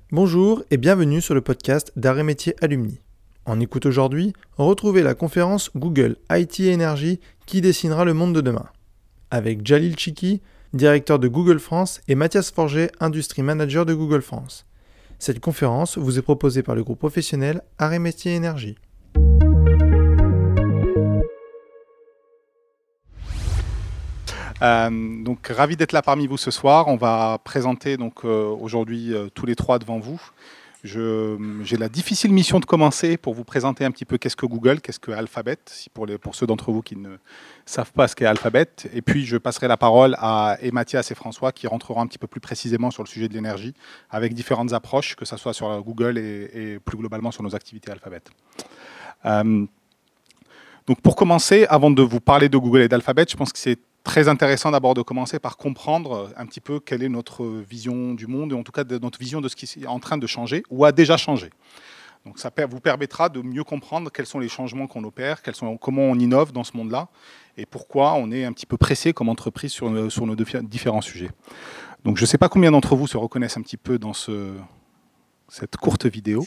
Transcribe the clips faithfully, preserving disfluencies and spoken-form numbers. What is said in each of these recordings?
Bonjour et bienvenue sur le podcast d'Arts et Métiers Alumni. En écoute aujourd'hui, retrouvez la conférence Google I T Energy qui dessinera le monde de demain. Avec Jalil Chiki, directeur de Google France, et Mathias Forget, Industry Manager de Google France. Cette conférence vous est proposée par le groupe professionnel Arts et Métiers Énergie. Euh, donc ravi d'être là parmi vous ce soir. On va présenter donc euh, aujourd'hui euh, tous les trois devant vous. Je, j'ai la difficile mission de commencer pour vous présenter un petit peu qu'est-ce que Google, qu'est-ce que Alphabet, si pour, les, pour ceux d'entre vous qui ne savent pas ce qu'est Alphabet. Et puis je passerai la parole à et Mathias et François qui rentreront un petit peu plus précisément sur le sujet de l'énergie avec différentes approches, que ce soit sur Google et, et plus globalement sur nos activités Alphabet. Euh, donc pour commencer, avant de vous parler de Google et d'Alphabet, je pense que c'est très intéressant d'abord de commencer par comprendre un petit peu quelle est notre vision du monde et en tout cas de notre vision de ce qui est en train de changer ou a déjà changé. Donc ça vous permettra de mieux comprendre quels sont les changements qu'on opère, quels sont, comment on innove dans ce monde-là et pourquoi on est un petit peu pressé comme entreprise sur, sur nos différents sujets. Donc je ne sais pas combien d'entre vous se reconnaissent un petit peu dans ce, cette courte vidéo.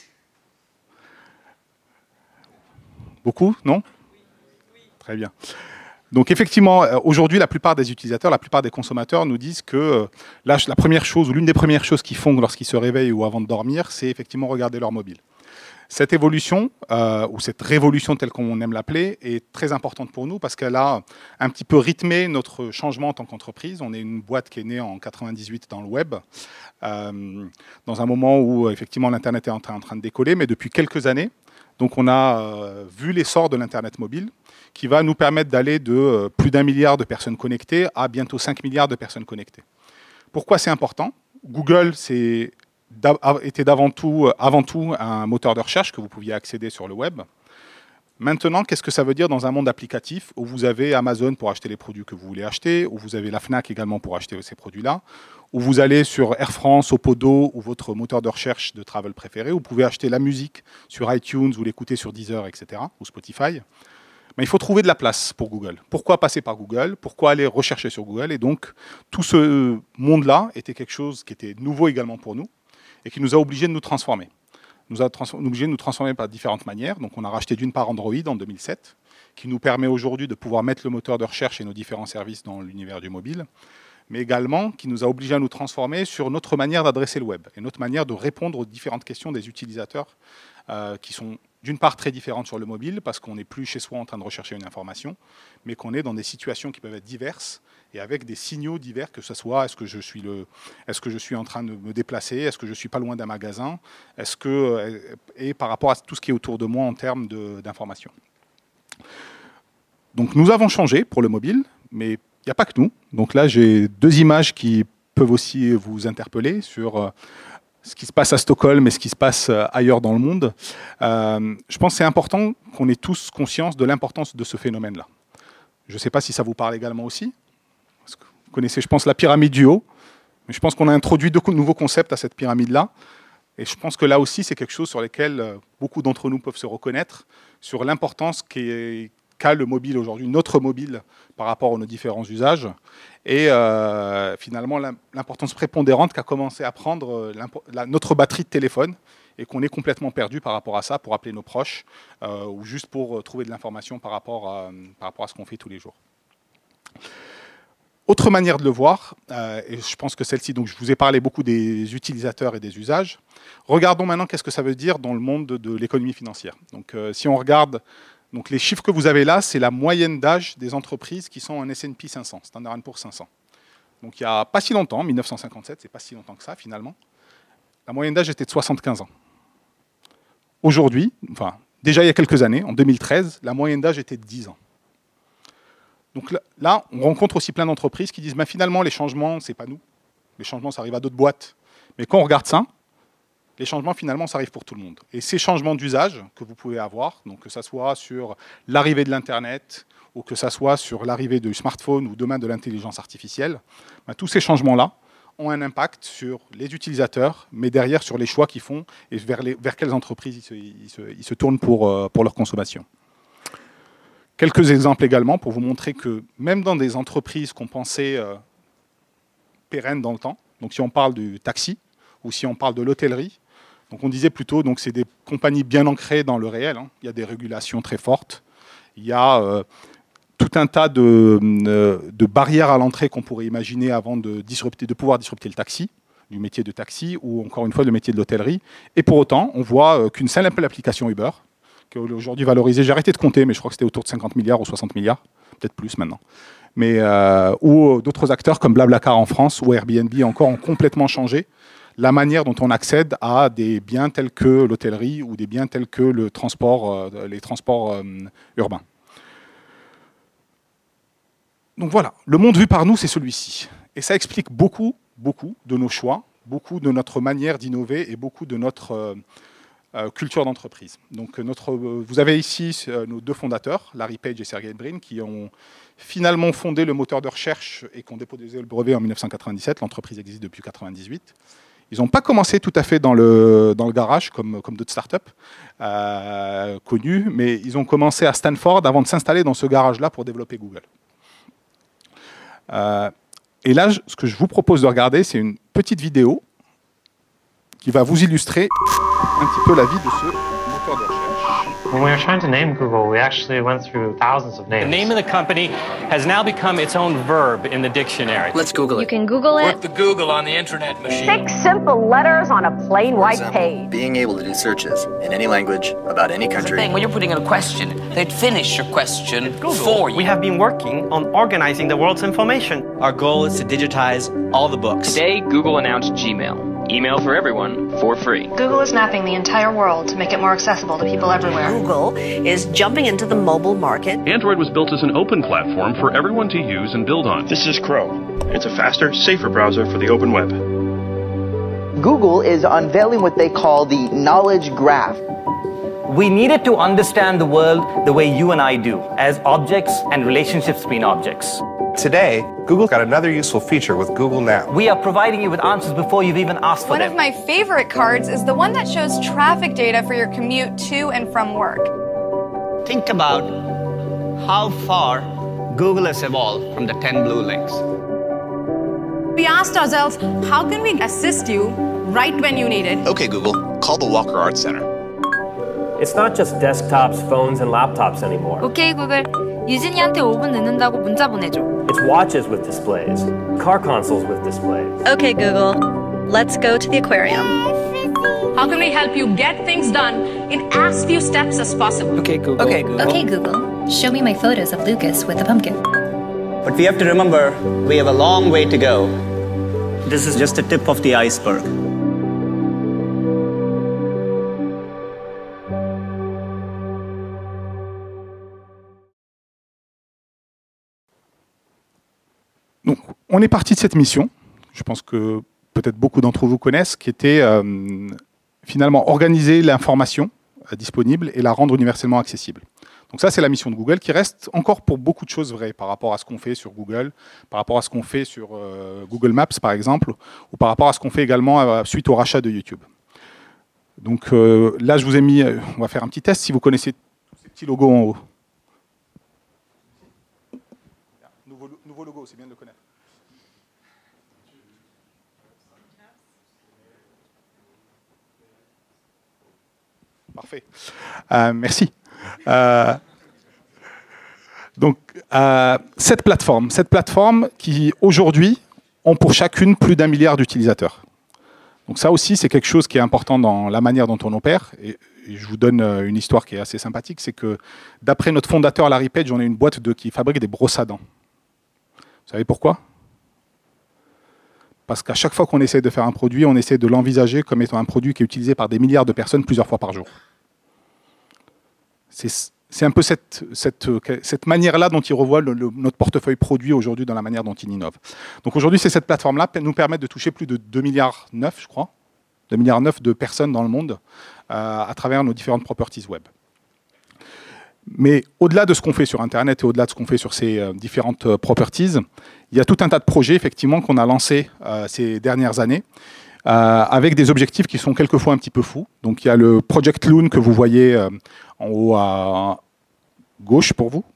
Beaucoup, non ? Très bien. Donc effectivement, aujourd'hui, la plupart des utilisateurs, la plupart des consommateurs nous disent que là, la première chose ou l'une des premières choses qu'ils font lorsqu'ils se réveillent ou avant de dormir, c'est effectivement regarder leur mobile. Cette évolution, euh, ou cette révolution telle qu'on aime l'appeler, est très importante pour nous parce qu'elle a un petit peu rythmé notre changement en tant qu'entreprise. On est une boîte qui est née en quatre-vingt-dix-huit dans le web, euh, dans un moment où effectivement l'Internet est en train, en train de décoller, mais depuis quelques années, donc on a euh, vu l'essor de l'Internet mobile, qui va nous permettre d'aller de euh, plus d'un milliard de personnes connectées à bientôt cinq milliards de personnes connectées. Pourquoi c'est important ? Google c'est, était d'avant tout, avant tout un moteur de recherche que vous pouviez accéder sur le web. Maintenant, qu'est-ce que ça veut dire dans un monde applicatif où vous avez Amazon pour acheter les produits que vous voulez acheter, où vous avez la Fnac également pour acheter ces produits-là, où vous allez sur Air France, Opodo ou votre moteur de recherche de travel préféré, où vous pouvez acheter la musique sur iTunes ou l'écouter sur Deezer, et cetera, ou Spotify. Mais il faut trouver de la place pour Google. Pourquoi passer par Google ? Pourquoi aller rechercher sur Google ? Et donc, tout ce monde-là était quelque chose qui était nouveau également pour nous et qui nous a obligés de nous transformer. Nous a trans- obligés de nous transformer par différentes manières. Donc, on a racheté d'une part Android en deux mille sept, qui nous permet aujourd'hui de pouvoir mettre le moteur de recherche et nos différents services dans l'univers du mobile, mais également qui nous a obligés à nous transformer sur notre manière d'adresser le web et notre manière de répondre aux différentes questions des utilisateurs euh, qui sont d'une part très différentes sur le mobile parce qu'on n'est plus chez soi en train de rechercher une information, mais qu'on est dans des situations qui peuvent être diverses et avec des signaux divers, que ce soit est-ce que je suis, le, est-ce que je suis en train de me déplacer, est-ce que je suis pas loin d'un magasin, est-ce que, et par rapport à tout ce qui est autour de moi en termes de, d'informations. Donc nous avons changé pour le mobile, mais il n'y a pas que nous. Donc là, j'ai deux images qui peuvent aussi vous interpeller sur euh, ce qui se passe à Stockholm et ce qui se passe euh, ailleurs dans le monde. Euh, je pense que c'est important qu'on ait tous conscience de l'importance de ce phénomène-là. Je ne sais pas si ça vous parle également aussi. Parce que vous connaissez, je pense, la pyramide du haut. Mais je pense qu'on a introduit de nouveaux concepts à cette pyramide-là. Et je pense que là aussi, c'est quelque chose sur lequel euh, beaucoup d'entre nous peuvent se reconnaître, sur l'importance qu'est qu'a le mobile aujourd'hui, notre mobile par rapport à nos différents usages, et euh, finalement l'importance prépondérante qu'a commencé à prendre la, notre batterie de téléphone, et qu'on est complètement perdu par rapport à ça pour appeler nos proches, euh, ou juste pour trouver de l'information par rapport à, par rapport à ce qu'on fait tous les jours. Autre manière de le voir, euh, et je pense que celle-ci, donc je vous ai parlé beaucoup des utilisateurs et des usages. Regardons maintenant qu'est-ce que ça veut dire dans le monde de, de l'économie financière. Donc euh, si on regarde Donc les chiffres que vous avez là, c'est la moyenne d'âge des entreprises qui sont en S and P cinq cents, Standard and Poor's cinq cents. Donc il n'y a pas si longtemps, mille neuf cent cinquante-sept, c'est pas si longtemps que ça finalement, la moyenne d'âge était de soixante-quinze ans. Aujourd'hui, enfin déjà il y a quelques années, en deux mille treize, la moyenne d'âge était de dix ans. Donc là, on rencontre aussi plein d'entreprises qui disent bah, finalement les changements, c'est pas nous, les changements ça arrive à d'autres boîtes. Mais quand on regarde ça, les changements, finalement, ça arrive pour tout le monde. Et ces changements d'usage que vous pouvez avoir, donc que ce soit sur l'arrivée de l'Internet, ou que ce soit sur l'arrivée du smartphone, ou demain de l'intelligence artificielle, ben, tous ces changements-là ont un impact sur les utilisateurs, mais derrière sur les choix qu'ils font et vers, les, vers quelles entreprises ils se, ils se, ils se tournent pour, euh, pour leur consommation. Quelques exemples également pour vous montrer que même dans des entreprises qu'on pensait euh, pérennes dans le temps, donc si on parle du taxi, ou si on parle de l'hôtellerie, Donc on disait plutôt, donc c'est des compagnies bien ancrées dans le réel. Hein. Il y a des régulations très fortes. Il y a euh, tout un tas de, euh, de barrières à l'entrée qu'on pourrait imaginer avant de, disrupter, de pouvoir disrupter le taxi, du métier de taxi ou encore une fois le métier de l'hôtellerie. Et pour autant, on voit euh, qu'une simple application Uber, qui est aujourd'hui valorisée, j'ai arrêté de compter, mais je crois que c'était autour de cinquante milliards ou soixante milliards, peut-être plus maintenant. Mais, euh, ou d'autres acteurs comme Blablacar en France ou Airbnb encore ont complètement changé la manière dont on accède à des biens tels que l'hôtellerie ou des biens tels que le transport, euh, les transports euh, urbains. Donc voilà, le monde vu par nous, c'est celui-ci. Et ça explique beaucoup, beaucoup de nos choix, beaucoup de notre manière d'innover et beaucoup de notre euh, euh, culture d'entreprise. Donc notre, euh, vous avez ici euh, nos deux fondateurs, Larry Page et Sergey Brin, qui ont finalement fondé le moteur de recherche et qui ont déposé le brevet en mille neuf cent quatre-vingt-dix-sept. L'entreprise existe depuis mille neuf cent quatre-vingt-dix-huit. Ils n'ont pas commencé tout à fait dans le, dans le garage, comme, comme d'autres startups euh, connues, mais ils ont commencé à Stanford avant de s'installer dans ce garage-là pour développer Google. Euh, et là, ce que je vous propose de regarder, c'est une petite vidéo qui va vous illustrer un petit peu la vie de ce moteur de recherche. When we were trying to name Google, we actually went through thousands of names. The name of the company has now become its own verb in the dictionary. Let's Google it. You can Google it. Work the Google on the internet machine. Six simple letters on a plain For white example, page. being able to do searches in any language about any country. Thing, when you're putting in a question, they'd finish your question for you. We have been working on organizing the world's information. Our goal is to digitize all the books. Today, Google announced Gmail. Email for everyone for free. Google is mapping the entire world to make it more accessible to people everywhere. Google is jumping into the mobile market. Android was built as an open platform for everyone to use and build on. This is Chrome. It's a faster, safer browser for the open web. Google is unveiling what they call the knowledge graph. We needed to understand the world the way you and I do, as objects and relationships between objects. Today, Google got another useful feature with Google Now. We are providing you with answers before you've even asked for one them. One of my favorite cards is the one that shows traffic data for your commute to and from work. Think about how far Google has evolved from the ten blue links. We asked ourselves, how can we assist you right when you need it? Okay, Google, call the Walker Art Center. It's not just desktops, phones, and laptops anymore. Okay, Google. 유진이한테 오 분 늦는다고 문자 보내줘. It's watches with displays, car consoles with displays. Okay, Google. Let's go to the aquarium. How can we help you get things done in as few steps as possible? Okay, Google. Okay, Google. Okay, Google. Show me my photos of Lucas with a pumpkin. But we have to remember, we have a long way to go. This is just the tip of the iceberg. Donc, on est parti de cette mission, je pense que peut-être beaucoup d'entre vous connaissent, qui était euh, finalement organiser l'information euh, disponible et la rendre universellement accessible. Donc ça, c'est la mission de Google, qui reste encore pour beaucoup de choses vraies par rapport à ce qu'on fait sur Google, par rapport à ce qu'on fait sur euh, Google Maps, par exemple, ou par rapport à ce qu'on fait également euh, suite au rachat de YouTube. Donc euh, là, je vous ai mis, euh, on va faire un petit test, si vous connaissez ces petits logos en haut. Nouveau, nouveau logo, c'est bien de le connaître. Parfait. Euh, merci. Euh, donc, euh, cette plateforme, cette plateforme qui, aujourd'hui, ont pour chacune plus d'un milliard d'utilisateurs. Donc ça aussi, c'est quelque chose qui est important dans la manière dont on opère. Et, et je vous donne une histoire qui est assez sympathique, c'est que d'après notre fondateur Larry Page, on a une boîte de, qui fabrique des brosses à dents. Vous savez pourquoi ? Parce qu'à chaque fois qu'on essaie de faire un produit, on essaie de l'envisager comme étant un produit qui est utilisé par des milliards de personnes plusieurs fois par jour. C'est un peu cette, cette, cette manière-là dont il revoit le, le, notre portefeuille produit aujourd'hui dans la manière dont il innove. Donc aujourd'hui, c'est cette plateforme-là qui nous permet de toucher plus de deux virgule neuf milliards, je crois, deux virgule neuf milliards de personnes dans le monde euh, à travers nos différentes properties web. Mais au-delà de ce qu'on fait sur Internet et au-delà de ce qu'on fait sur ces euh, différentes euh, properties, il y a tout un tas de projets effectivement qu'on a lancés euh, ces dernières années euh, avec des objectifs qui sont quelquefois un petit peu fous. Donc il y a le Project Loon que vous voyez euh, en haut à gauche pour vous,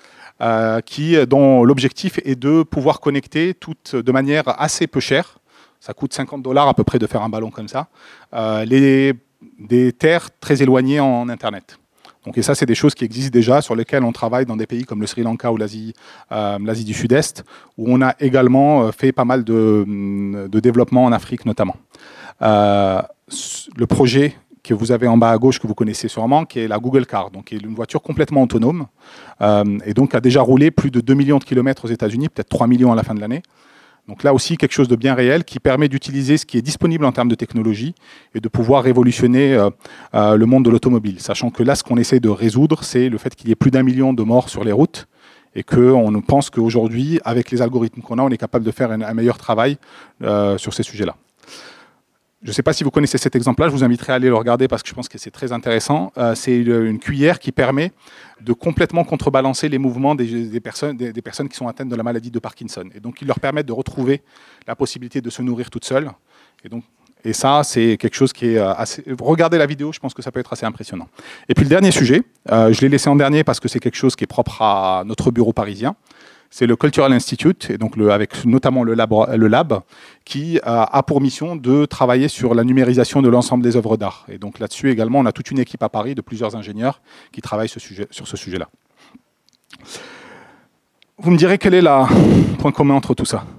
euh, qui, dont l'objectif est de pouvoir connecter toutes, de manière assez peu chère, Ça coûte cinquante dollars à peu près de faire un ballon comme ça. Euh, les, des terres très éloignées en Internet. Donc, et ça, c'est des choses qui existent déjà, sur lesquelles on travaille dans des pays comme le Sri Lanka ou l'Asie, euh, l'Asie du Sud-Est, où on a également fait pas mal de, de développement en Afrique notamment. Euh, le projet que vous avez en bas à gauche, que vous connaissez sûrement, qui est la Google Car, donc qui est une voiture complètement autonome, euh, et donc a déjà roulé plus de deux millions de kilomètres aux États-Unis, peut-être trois millions à la fin de l'année. Donc là aussi, quelque chose de bien réel qui permet d'utiliser ce qui est disponible en termes de technologie et de pouvoir révolutionner euh, euh, le monde de l'automobile. Sachant que là, ce qu'on essaie de résoudre, c'est le fait qu'il y ait plus d'un million de morts sur les routes et qu'on pense qu'aujourd'hui, avec les algorithmes qu'on a, on est capable de faire un, un meilleur travail euh, sur ces sujets-là. Je ne sais pas si vous connaissez cet exemple-là, je vous inviterai à aller le regarder parce que je pense que c'est très intéressant. Euh, c'est une cuillère qui permet de complètement contrebalancer les mouvements des, des, personnes, des, des personnes qui sont atteintes de la maladie de Parkinson. Et donc, ils leur permettent de retrouver la possibilité de se nourrir toutes seules. Et, donc, et ça, c'est quelque chose qui est assez... Regardez la vidéo, je pense que ça peut être assez impressionnant. Et puis, le dernier sujet, euh, je l'ai laissé en dernier parce que c'est quelque chose qui est propre à notre bureau parisien. C'est le Cultural Institute, et donc le, avec notamment le lab, le lab qui euh, a pour mission de travailler sur la numérisation de l'ensemble des œuvres d'art. Et donc là-dessus également, on a toute une équipe à Paris de plusieurs ingénieurs qui travaillent ce sujet, sur ce sujet-là. Vous me direz quel est le point commun entre tout ça?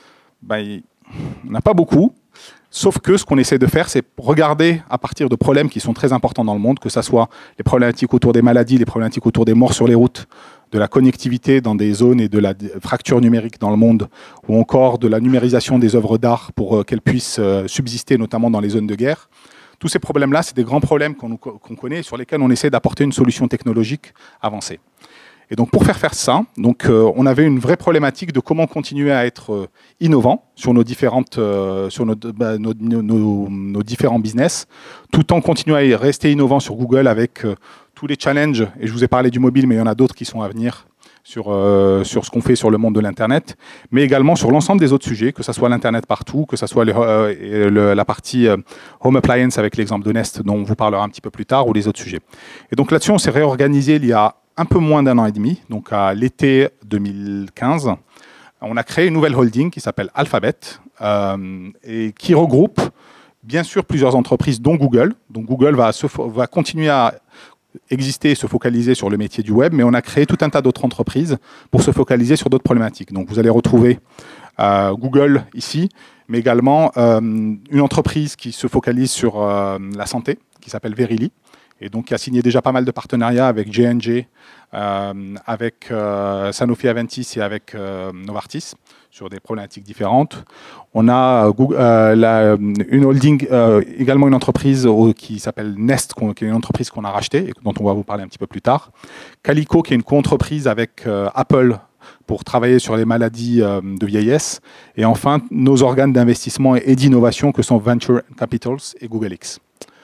Ben, on n'a pas beaucoup, sauf que ce qu'on essaie de faire, c'est regarder à partir de problèmes qui sont très importants dans le monde, que ce soit les problématiques autour des maladies, les problématiques autour des morts sur les routes, de la connectivité dans des zones et de la fracture numérique dans le monde, ou encore de la numérisation des œuvres d'art pour euh, qu'elles puissent euh, subsister, notamment dans les zones de guerre. Tous ces problèmes-là, c'est des grands problèmes qu'on qu'on connaît et sur lesquels on essaie d'apporter une solution technologique avancée. Et donc, pour faire faire ça, donc, euh, on avait une vraie problématique de comment continuer à être euh, innovant sur nos différentes, euh, sur nos, bah, nos, nos, nos, nos différents business, tout en continuant à rester innovant sur Google avec euh, tous les challenges. Et je vous ai parlé du mobile, mais il y en a d'autres qui sont à venir sur, euh, sur ce qu'on fait sur le monde de l'Internet, mais également sur l'ensemble des autres sujets, que ce soit l'Internet partout, que ce soit le, euh, le, la partie euh, Home Appliance avec l'exemple de Nest, dont on vous parlera un petit peu plus tard, ou les autres sujets. Et donc là-dessus, on s'est réorganisé il y a un peu moins d'un an et demi, donc à l'été deux mille quinze. On a créé une nouvelle holding qui s'appelle Alphabet euh, et qui regroupe bien sûr plusieurs entreprises, dont Google. Donc Google va, se, va continuer à exister et se focaliser sur le métier du web, mais on a créé tout un tas d'autres entreprises pour se focaliser sur d'autres problématiques. Donc vous allez retrouver euh, Google ici, mais également euh, une entreprise qui se focalise sur euh, la santé, qui s'appelle Verily, et donc qui a signé déjà pas mal de partenariats avec J and J, euh, avec euh, Sanofi Aventis et avec euh, Novartis sur des problématiques différentes. On a Google, euh, la, une holding, euh, également une entreprise au, qui s'appelle Nest, qui est une entreprise qu'on a rachetée et dont on va vous parler un petit peu plus tard. Calico, qui est une co-entreprise avec euh, Apple pour travailler sur les maladies euh, de vieillesse. Et enfin, nos organes d'investissement et d'innovation que sont Venture Capitals et Google X.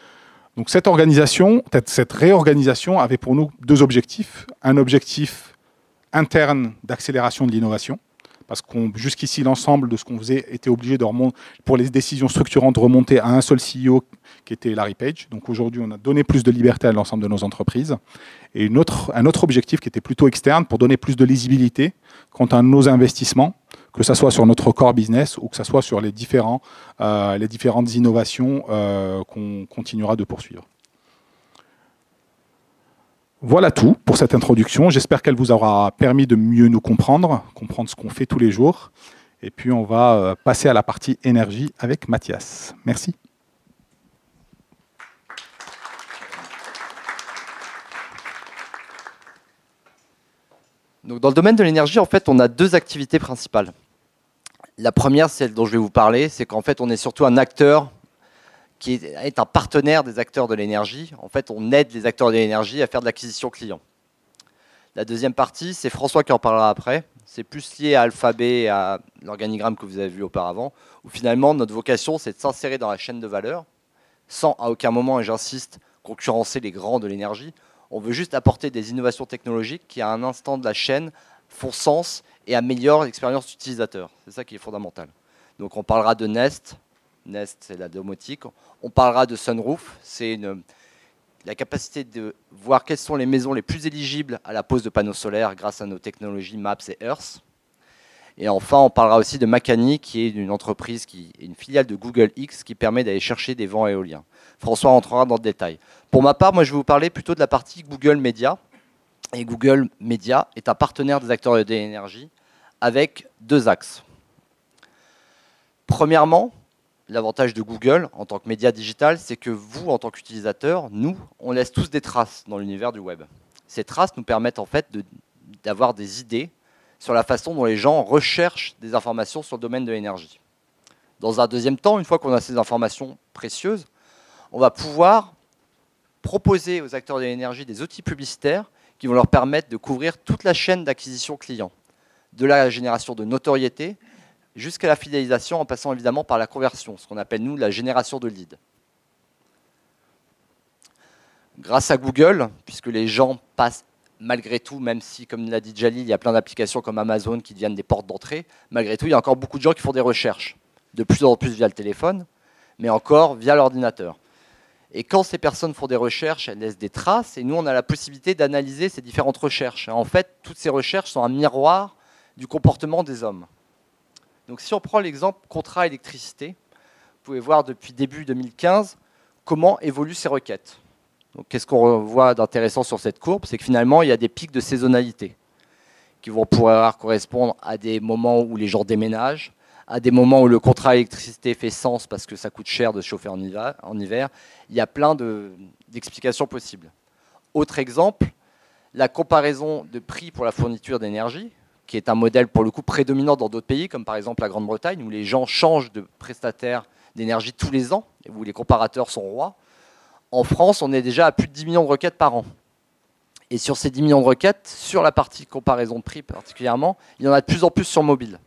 Donc cette organisation, cette réorganisation avait pour nous deux objectifs. Un objectif interne d'accélération de l'innovation, parce qu'on jusqu'ici, l'ensemble de ce qu'on faisait était obligé de remonter, pour les décisions structurantes, de remonter à un seul C E O qui était Larry Page. Donc aujourd'hui, on a donné plus de liberté à l'ensemble de nos entreprises. Et une autre, un autre objectif qui était plutôt externe pour donner plus de lisibilité quant à nos investissements, que ce soit sur notre core business ou que ce soit sur les, différents, euh, les différentes innovations euh, qu'on continuera de poursuivre. Voilà tout pour cette introduction. J'espère qu'elle vous aura permis de mieux nous comprendre, comprendre ce qu'on fait tous les jours. Et puis on va euh, passer à la partie énergie avec Mathias. Merci. Donc, dans le domaine de l'énergie, en fait, on a deux activités principales. La première, celle dont je vais vous parler, c'est qu'en fait, on est surtout un acteur qui est un partenaire des acteurs de l'énergie. En fait, on aide les acteurs de l'énergie à faire de l'acquisition client. La deuxième partie, c'est François qui en parlera après. C'est plus lié à Alphabet et à l'organigramme que vous avez vu auparavant, où finalement, notre vocation, c'est de s'insérer dans la chaîne de valeur, sans à aucun moment, et j'insiste, concurrencer les grands de l'énergie. On veut juste apporter des innovations technologiques qui, à un instant de la chaîne, font sens et améliorent l'expérience utilisateur. C'est ça qui est fondamental. Donc on parlera de Nest. Nest, c'est la domotique. On parlera de Sunroof. C'est une, la capacité de voir quelles sont les maisons les plus éligibles à la pose de panneaux solaires grâce à nos technologies Maps et Earth. Et enfin, on parlera aussi de Makani, qui est une entreprise, qui est une filiale de Google X, qui permet d'aller chercher des vents éoliens. François entrera dans le détail. Pour ma part, moi, je vais vous parler plutôt de la partie Google Media. Et Google Media est un partenaire des acteurs de l'énergie avec deux axes. Premièrement, l'avantage de Google en tant que média digital, c'est que vous, en tant qu'utilisateur, nous, on laisse tous des traces dans l'univers du web. Ces traces nous permettent en fait de, d'avoir des idées sur la façon dont les gens recherchent des informations sur le domaine de l'énergie. Dans un deuxième temps, une fois qu'on a ces informations précieuses, on va pouvoir proposer aux acteurs de l'énergie des outils publicitaires qui vont leur permettre de couvrir toute la chaîne d'acquisition client, de la génération de notoriété jusqu'à la fidélisation en passant évidemment par la conversion, ce qu'on appelle nous la génération de leads. Grâce à Google, puisque les gens passent malgré tout, même si, comme l'a dit Jalil, il y a plein d'applications comme Amazon qui deviennent des portes d'entrée, malgré tout, il y a encore beaucoup de gens qui font des recherches, de plus en plus via le téléphone, mais encore via l'ordinateur. Et quand ces personnes font des recherches, elles laissent des traces, et nous, on a la possibilité d'analyser ces différentes recherches. En fait, toutes ces recherches sont un miroir du comportement des hommes. Donc si on prend l'exemple contrat électricité, vous pouvez voir depuis début deux mille quinze comment évoluent ces requêtes. Donc qu'est-ce qu'on voit d'intéressant sur cette courbe? C'est que finalement, il y a des pics de saisonnalité qui vont pouvoir correspondre à des moments où les gens déménagent, à des moments où le contrat électricité fait sens parce que ça coûte cher de chauffer en hiver. En hiver. Il y a plein de, d'explications possibles. Autre exemple, la comparaison de prix pour la fourniture d'énergie, qui est un modèle pour le coup prédominant dans d'autres pays, comme par exemple la Grande-Bretagne, où les gens changent de prestataire d'énergie tous les ans, et où les comparateurs sont rois. En France, on est déjà à plus de dix millions de requêtes par an. Et sur ces dix millions de requêtes, sur la partie comparaison de prix particulièrement, il y en a de plus en plus sur mobile.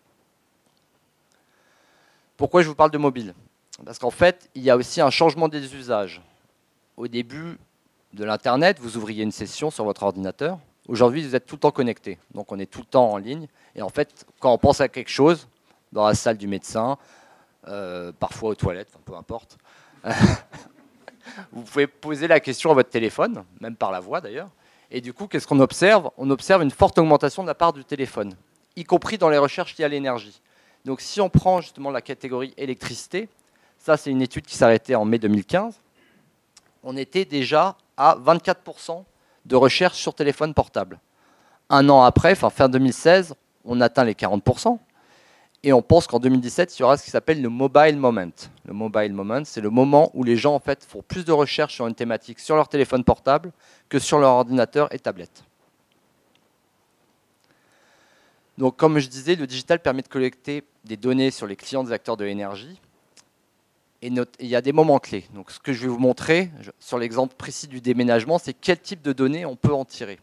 Pourquoi je vous parle de mobile? Parce qu'en fait, il y a aussi un changement des usages. Au début de l'Internet, vous ouvriez une session sur votre ordinateur. Aujourd'hui, vous êtes tout le temps connecté. Donc, on est tout le temps en ligne. Et en fait, quand on pense à quelque chose, dans la salle du médecin, euh, parfois aux toilettes, enfin, peu importe, vous pouvez poser la question à votre téléphone, même par la voix d'ailleurs. Et du coup, qu'est-ce qu'on observe? On observe une forte augmentation de la part du téléphone, y compris dans les recherches liées à l'énergie. Donc, si on prend justement la catégorie électricité, ça, c'est une étude qui s'arrêtait en mai deux mille quinze, on était déjà à vingt-quatre pour cent de recherche sur téléphone portable. Un an après, enfin fin deux mille seize, on atteint les quarante pour cent. Et on pense qu'en deux mille dix-sept, il y aura ce qui s'appelle le mobile moment. Le mobile moment, c'est le moment où les gens en fait, font plus de recherches sur une thématique sur leur téléphone portable que sur leur ordinateur et tablette. Donc, comme je disais, le digital permet de collecter des données sur les clients des acteurs de l'énergie. Et il y a des moments clés. Donc, ce que je vais vous montrer, sur l'exemple précis du déménagement, c'est quel type de données on peut en tirer.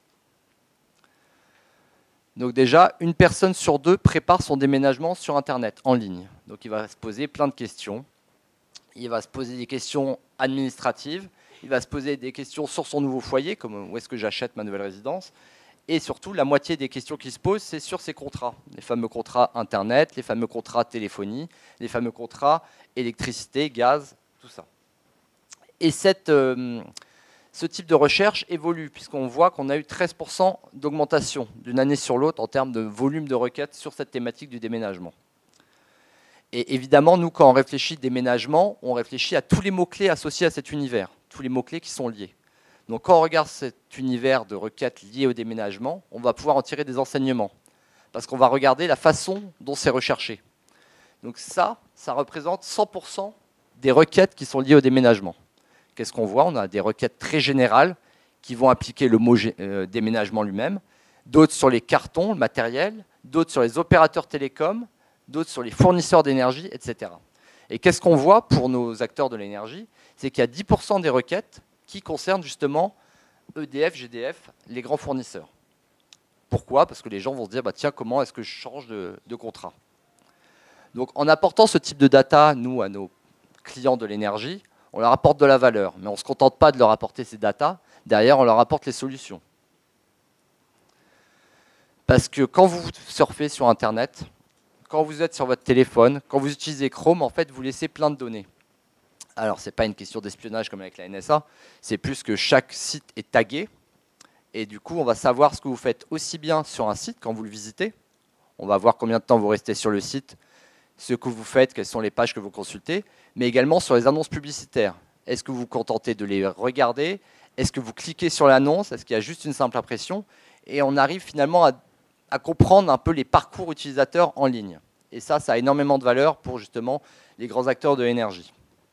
Donc déjà, une personne sur deux prépare son déménagement sur Internet, en ligne. Donc il va se poser plein de questions. Il va se poser des questions administratives. Il va se poser des questions sur son nouveau foyer, comme où est-ce que j'achète ma nouvelle résidence. Et surtout, la moitié des questions qu'il se pose, c'est sur ses contrats. Les fameux contrats Internet, les fameux contrats téléphonie, les fameux contrats électricité, gaz, tout ça. Et cette... Euh, Ce type de recherche évolue, puisqu'on voit qu'on a eu treize pour cent d'augmentation d'une année sur l'autre en termes de volume de requêtes sur cette thématique du déménagement. Et évidemment, nous, quand on réfléchit déménagement, on réfléchit à tous les mots-clés associés à cet univers, tous les mots-clés qui sont liés. Donc quand on regarde cet univers de requêtes liées au déménagement, on va pouvoir en tirer des enseignements, parce qu'on va regarder la façon dont c'est recherché. Donc ça, ça représente cent pour cent des requêtes qui sont liées au déménagement. Qu'est-ce qu'on voit? On a des requêtes très générales qui vont appliquer le mot euh, déménagement lui-même, d'autres sur les cartons, le matériel, d'autres sur les opérateurs télécoms, d'autres sur les fournisseurs d'énergie, et cetera. Et qu'est-ce qu'on voit pour nos acteurs de l'énergie? C'est qu'il y a dix pour cent des requêtes qui concernent justement E D F, G D F, les grands fournisseurs. Pourquoi? Parce que les gens vont se dire, bah, tiens, comment est-ce que je change de, de contrat? Donc en apportant ce type de data, nous, à nos clients de l'énergie, on leur apporte de la valeur, mais on ne se contente pas de leur apporter ces datas. Derrière, on leur apporte les solutions. Parce que quand vous surfez sur Internet, quand vous êtes sur votre téléphone, quand vous utilisez Chrome, en fait, vous laissez plein de données. Alors, ce n'est pas une question d'espionnage comme avec la N S A, c'est plus que chaque site est tagué. Et du coup, on va savoir ce que vous faites aussi bien sur un site quand vous le visitez. On va voir combien de temps vous restez sur le site, ce que vous faites, quelles sont les pages que vous consultez, mais également sur les annonces publicitaires. Est-ce que vous vous contentez de les regarder? Est-ce que vous cliquez sur l'annonce? Est-ce qu'il y a juste une simple impression? Et on arrive finalement à, à comprendre un peu les parcours utilisateurs en ligne. Et ça, ça a énormément de valeur pour justement les grands acteurs de l'énergie.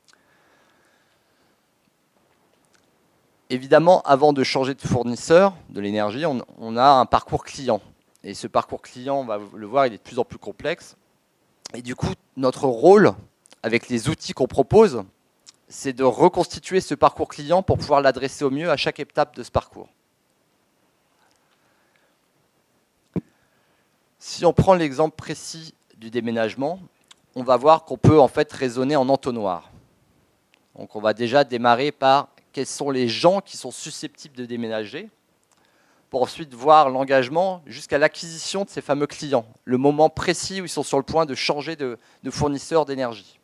Évidemment, avant de changer de fournisseur de l'énergie, on, on a un parcours client. Et ce parcours client, on va le voir, il est de plus en plus complexe. Et du coup, notre rôle, avec les outils qu'on propose, c'est de reconstituer ce parcours client pour pouvoir l'adresser au mieux à chaque étape de ce parcours. Si on prend l'exemple précis du déménagement, on va voir qu'on peut en fait raisonner en entonnoir. Donc on va déjà démarrer par quels sont les gens qui sont susceptibles de déménager, pour ensuite voir l'engagement jusqu'à l'acquisition de ces fameux clients, le moment précis où ils sont sur le point de changer de, de fournisseur d'énergie.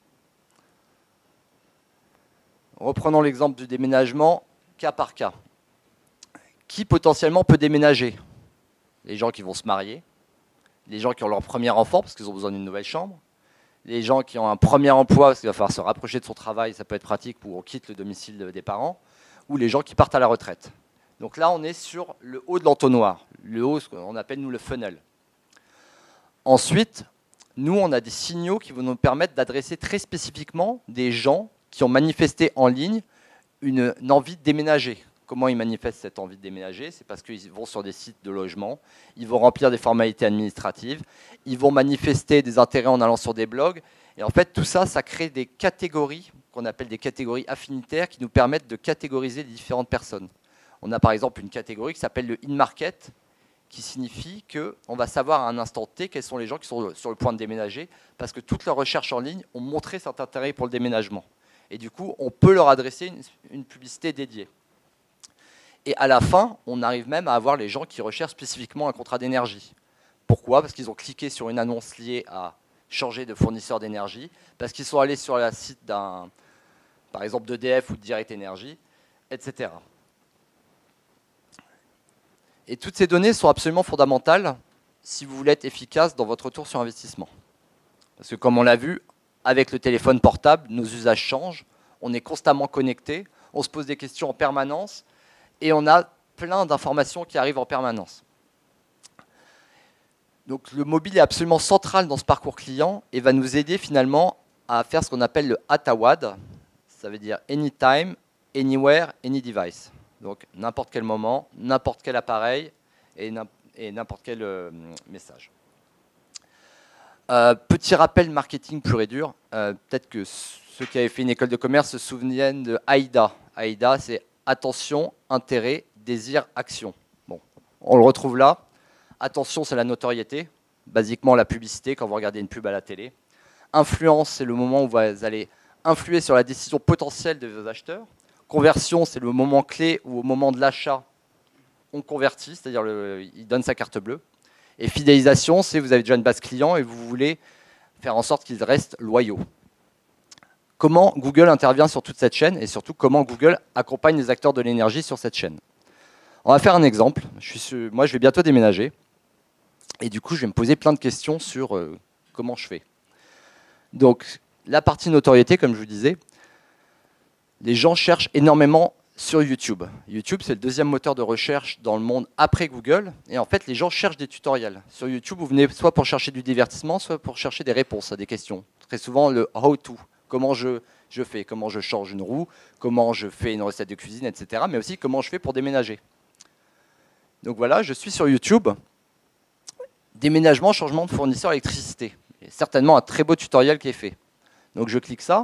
Reprenons l'exemple du déménagement cas par cas. Qui potentiellement peut déménager? Les gens qui vont se marier, les gens qui ont leur premier enfant parce qu'ils ont besoin d'une nouvelle chambre, les gens qui ont un premier emploi parce qu'il va falloir se rapprocher de son travail, ça peut être pratique pour on quitte le domicile des parents, ou les gens qui partent à la retraite. Donc là, on est sur le haut de l'entonnoir, le haut, ce qu'on appelle nous le funnel. Ensuite, nous, on a des signaux qui vont nous permettre d'adresser très spécifiquement des gens qui ont manifesté en ligne une, une envie de déménager. Comment ils manifestent cette envie de déménager? C'est parce qu'ils vont sur des sites de logement, ils vont remplir des formalités administratives, ils vont manifester des intérêts en allant sur des blogs. Et en fait, tout ça, ça crée des catégories, qu'on appelle des catégories affinitaires, qui nous permettent de catégoriser les différentes personnes. On a par exemple une catégorie qui s'appelle le in-market, qui signifie qu'on va savoir à un instant T quels sont les gens qui sont sur le point de déménager, parce que toutes leurs recherches en ligne ont montré cet intérêt pour le déménagement. Et du coup, on peut leur adresser une, une publicité dédiée. Et à la fin, on arrive même à avoir les gens qui recherchent spécifiquement un contrat d'énergie. Pourquoi? Parce qu'ils ont cliqué sur une annonce liée à changer de fournisseur d'énergie, parce qu'ils sont allés sur le site d'un, par exemple d'E D F ou de Direct Energy, et cetera. Et toutes ces données sont absolument fondamentales si vous voulez être efficace dans votre retour sur investissement. Parce que comme on l'a vu, avec le téléphone portable, nos usages changent, on est constamment connecté, on se pose des questions en permanence, et on a plein d'informations qui arrivent en permanence. Donc le mobile est absolument central dans ce parcours client et va nous aider finalement à faire ce qu'on appelle le A T A W A D. Ça veut dire Anytime, Anywhere, Any Device. Donc n'importe quel moment, n'importe quel appareil et n'importe quel euh, message. Euh, petit rappel marketing pur et dur. Euh, Peut-être que ceux qui avaient fait une école de commerce se souviennent de AIDA. AIDA, c'est attention, intérêt, désir, action. Bon, on le retrouve là. Attention, c'est la notoriété, basiquement la publicité quand vous regardez une pub à la télé. Influence, c'est le moment où vous allez influer sur la décision potentielle de vos acheteurs. Conversion, c'est le moment clé où au moment de l'achat, on convertit, c'est-à-dire il donne sa carte bleue. Et fidélisation, c'est vous avez déjà une base client et vous voulez faire en sorte qu'ils restent loyaux. Comment Google intervient sur toute cette chaîne et surtout comment Google accompagne les acteurs de l'énergie sur cette chaîne. On va faire un exemple. Je suis, moi, je vais bientôt déménager. Et du coup, je vais me poser plein de questions sur euh, comment je fais. Donc, la partie notoriété, comme je vous disais, les gens cherchent énormément sur YouTube. YouTube, c'est le deuxième moteur de recherche dans le monde après Google. Et en fait, les gens cherchent des tutoriels. Sur YouTube, vous venez soit pour chercher du divertissement, soit pour chercher des réponses à des questions. Très souvent, le « how-to ». Comment je, je fais, comment je change une roue, comment je fais une recette de cuisine, et cetera. Mais aussi comment je fais pour déménager. Donc voilà, je suis sur YouTube. Déménagement, changement de fournisseur électricité. Il y a certainement un très beau tutoriel qui est fait. Donc je clique ça.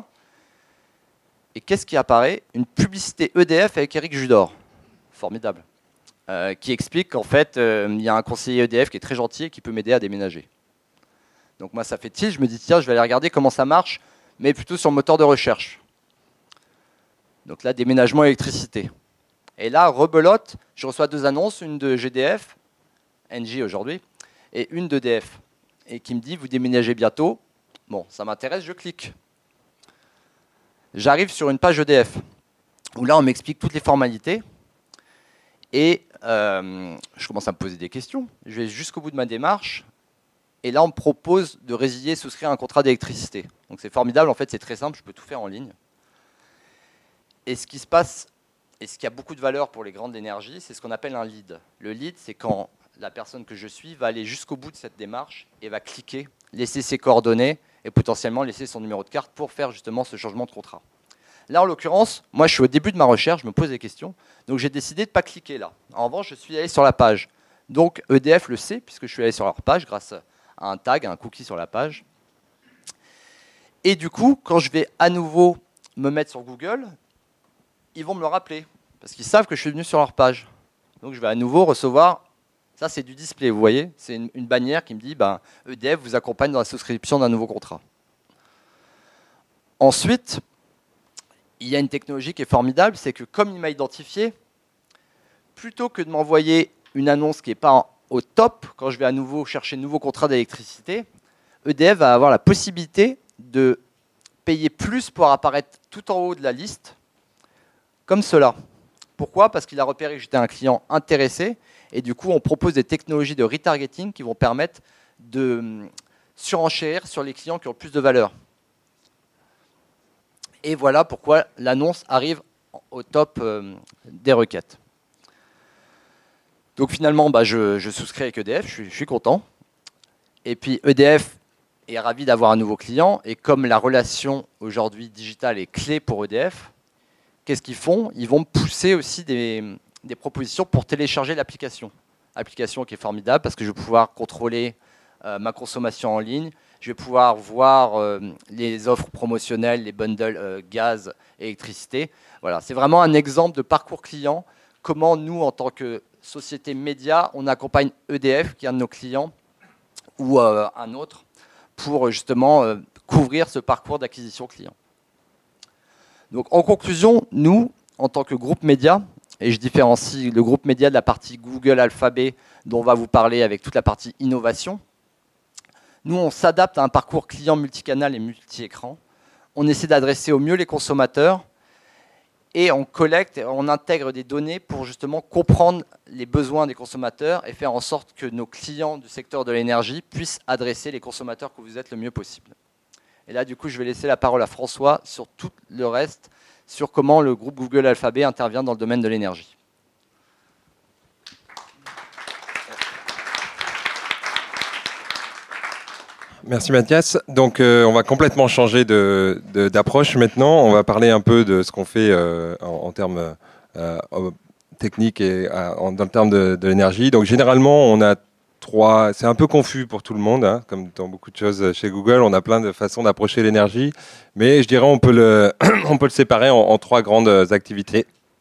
Et qu'est-ce qui apparaît? Une publicité E D F avec Eric Judor. Formidable. Euh, qui explique qu'en fait, euh, il y a un conseiller E D F qui est très gentil et qui peut m'aider à déménager. Donc moi, ça fait tilt. Je me dis, tiens, je vais aller regarder comment ça marche, mais plutôt sur le moteur de recherche. Donc là, déménagement électricité. Et là, rebelote, je reçois deux annonces, une de G D F, Engie aujourd'hui, et une d'E D F. Et qui me dit, vous déménagez bientôt. Bon, ça m'intéresse, je clique. J'arrive sur une page E D F, où là, on m'explique toutes les formalités. Et euh, je commence à me poser des questions. Je vais jusqu'au bout de ma démarche. Et là, on me propose de résilier, souscrire un contrat d'électricité. Donc c'est formidable, en fait, c'est très simple, je peux tout faire en ligne. Et ce qui se passe, et ce qui a beaucoup de valeur pour les grandes énergies, c'est ce qu'on appelle un lead. Le lead, c'est quand la personne que je suis va aller jusqu'au bout de cette démarche et va cliquer, laisser ses coordonnées et potentiellement laisser son numéro de carte pour faire justement ce changement de contrat. Là, en l'occurrence, moi, je suis au début de ma recherche, je me pose des questions, donc j'ai décidé de ne pas cliquer là. En revanche, je suis allé sur la page. Donc E D F le sait, puisque je suis allé sur leur page grâce à un tag, un cookie sur la page. Et du coup, quand je vais à nouveau me mettre sur Google, ils vont me le rappeler, parce qu'ils savent que je suis venu sur leur page. Donc je vais à nouveau recevoir, ça c'est du display, vous voyez, c'est une, une bannière qui me dit ben, E D F vous accompagne dans la souscription d'un nouveau contrat. Ensuite, il y a une technologie qui est formidable, c'est que comme il m'a identifié, plutôt que de m'envoyer une annonce qui n'est pas au top, quand je vais à nouveau chercher de nouveaux contrats d'électricité, E D F va avoir la possibilité de payer plus pour apparaître tout en haut de la liste, comme cela. Pourquoi ? Parce qu'il a repéré que j'étais un client intéressé, et du coup, on propose des technologies de retargeting qui vont permettre de surenchérir sur les clients qui ont le plus de valeur. Et voilà pourquoi l'annonce arrive au top euh, des requêtes. Donc finalement, bah, je, je souscris avec E D F, je suis, je suis content. Et puis E D F est ravi d'avoir un nouveau client. Et comme la relation aujourd'hui digitale est clé pour E D F, qu'est-ce qu'ils font ? Ils vont me pousser aussi des, des propositions pour télécharger l'application. Application qui est formidable parce que je vais pouvoir contrôler euh, ma consommation en ligne. Je vais pouvoir voir euh, les offres promotionnelles, les bundles euh, gaz, électricité. Voilà, c'est vraiment un exemple de parcours client. Comment nous, en tant que société média, on accompagne E D F, qui est un de nos clients, ou euh, un autre, pour justement euh, couvrir ce parcours d'acquisition client. Donc, en conclusion, nous, en tant que groupe média, et je différencie le groupe média de la partie Google Alphabet, dont on va vous parler avec toute la partie innovation. Nous, on s'adapte à un parcours client multicanal et multi-écran. On essaie d'adresser au mieux les consommateurs et on collecte, on intègre des données pour justement comprendre les besoins des consommateurs et faire en sorte que nos clients du secteur de l'énergie puissent adresser les consommateurs que vous êtes le mieux possible. Et là, du coup, je vais laisser la parole à François sur tout le reste, sur comment le groupe Google Alphabet intervient dans le domaine de l'énergie. Merci Mathias. Donc euh, on va complètement changer de, de, d'approche maintenant. On va parler un peu de ce qu'on fait euh, en, en termes euh, techniques et euh, en, dans le terme de, de l'énergie. Donc généralement on a trois. C'est un peu confus pour tout le monde, hein, comme dans beaucoup de choses chez Google. On a plein de façons d'approcher l'énergie, mais je dirais on peut le on peut le séparer en, en trois grandes activités.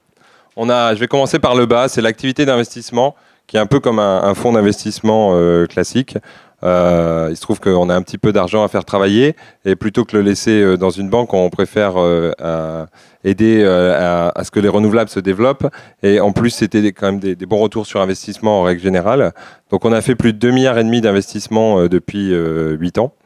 On a. Je vais commencer par le bas. C'est l'activité d'investissement qui est un peu comme un, un fonds d'investissement euh, classique. Euh, il se trouve qu'on a un petit peu d'argent à faire travailler et plutôt que le laisser dans une banque, on préfère euh, à aider euh, à, à ce que les renouvelables se développent. Et en plus, c'était des, quand même des, des bons retours sur investissement en règle générale. Donc, on a fait plus de deux virgule cinq milliards d'investissements euh, depuis euh, huit ans.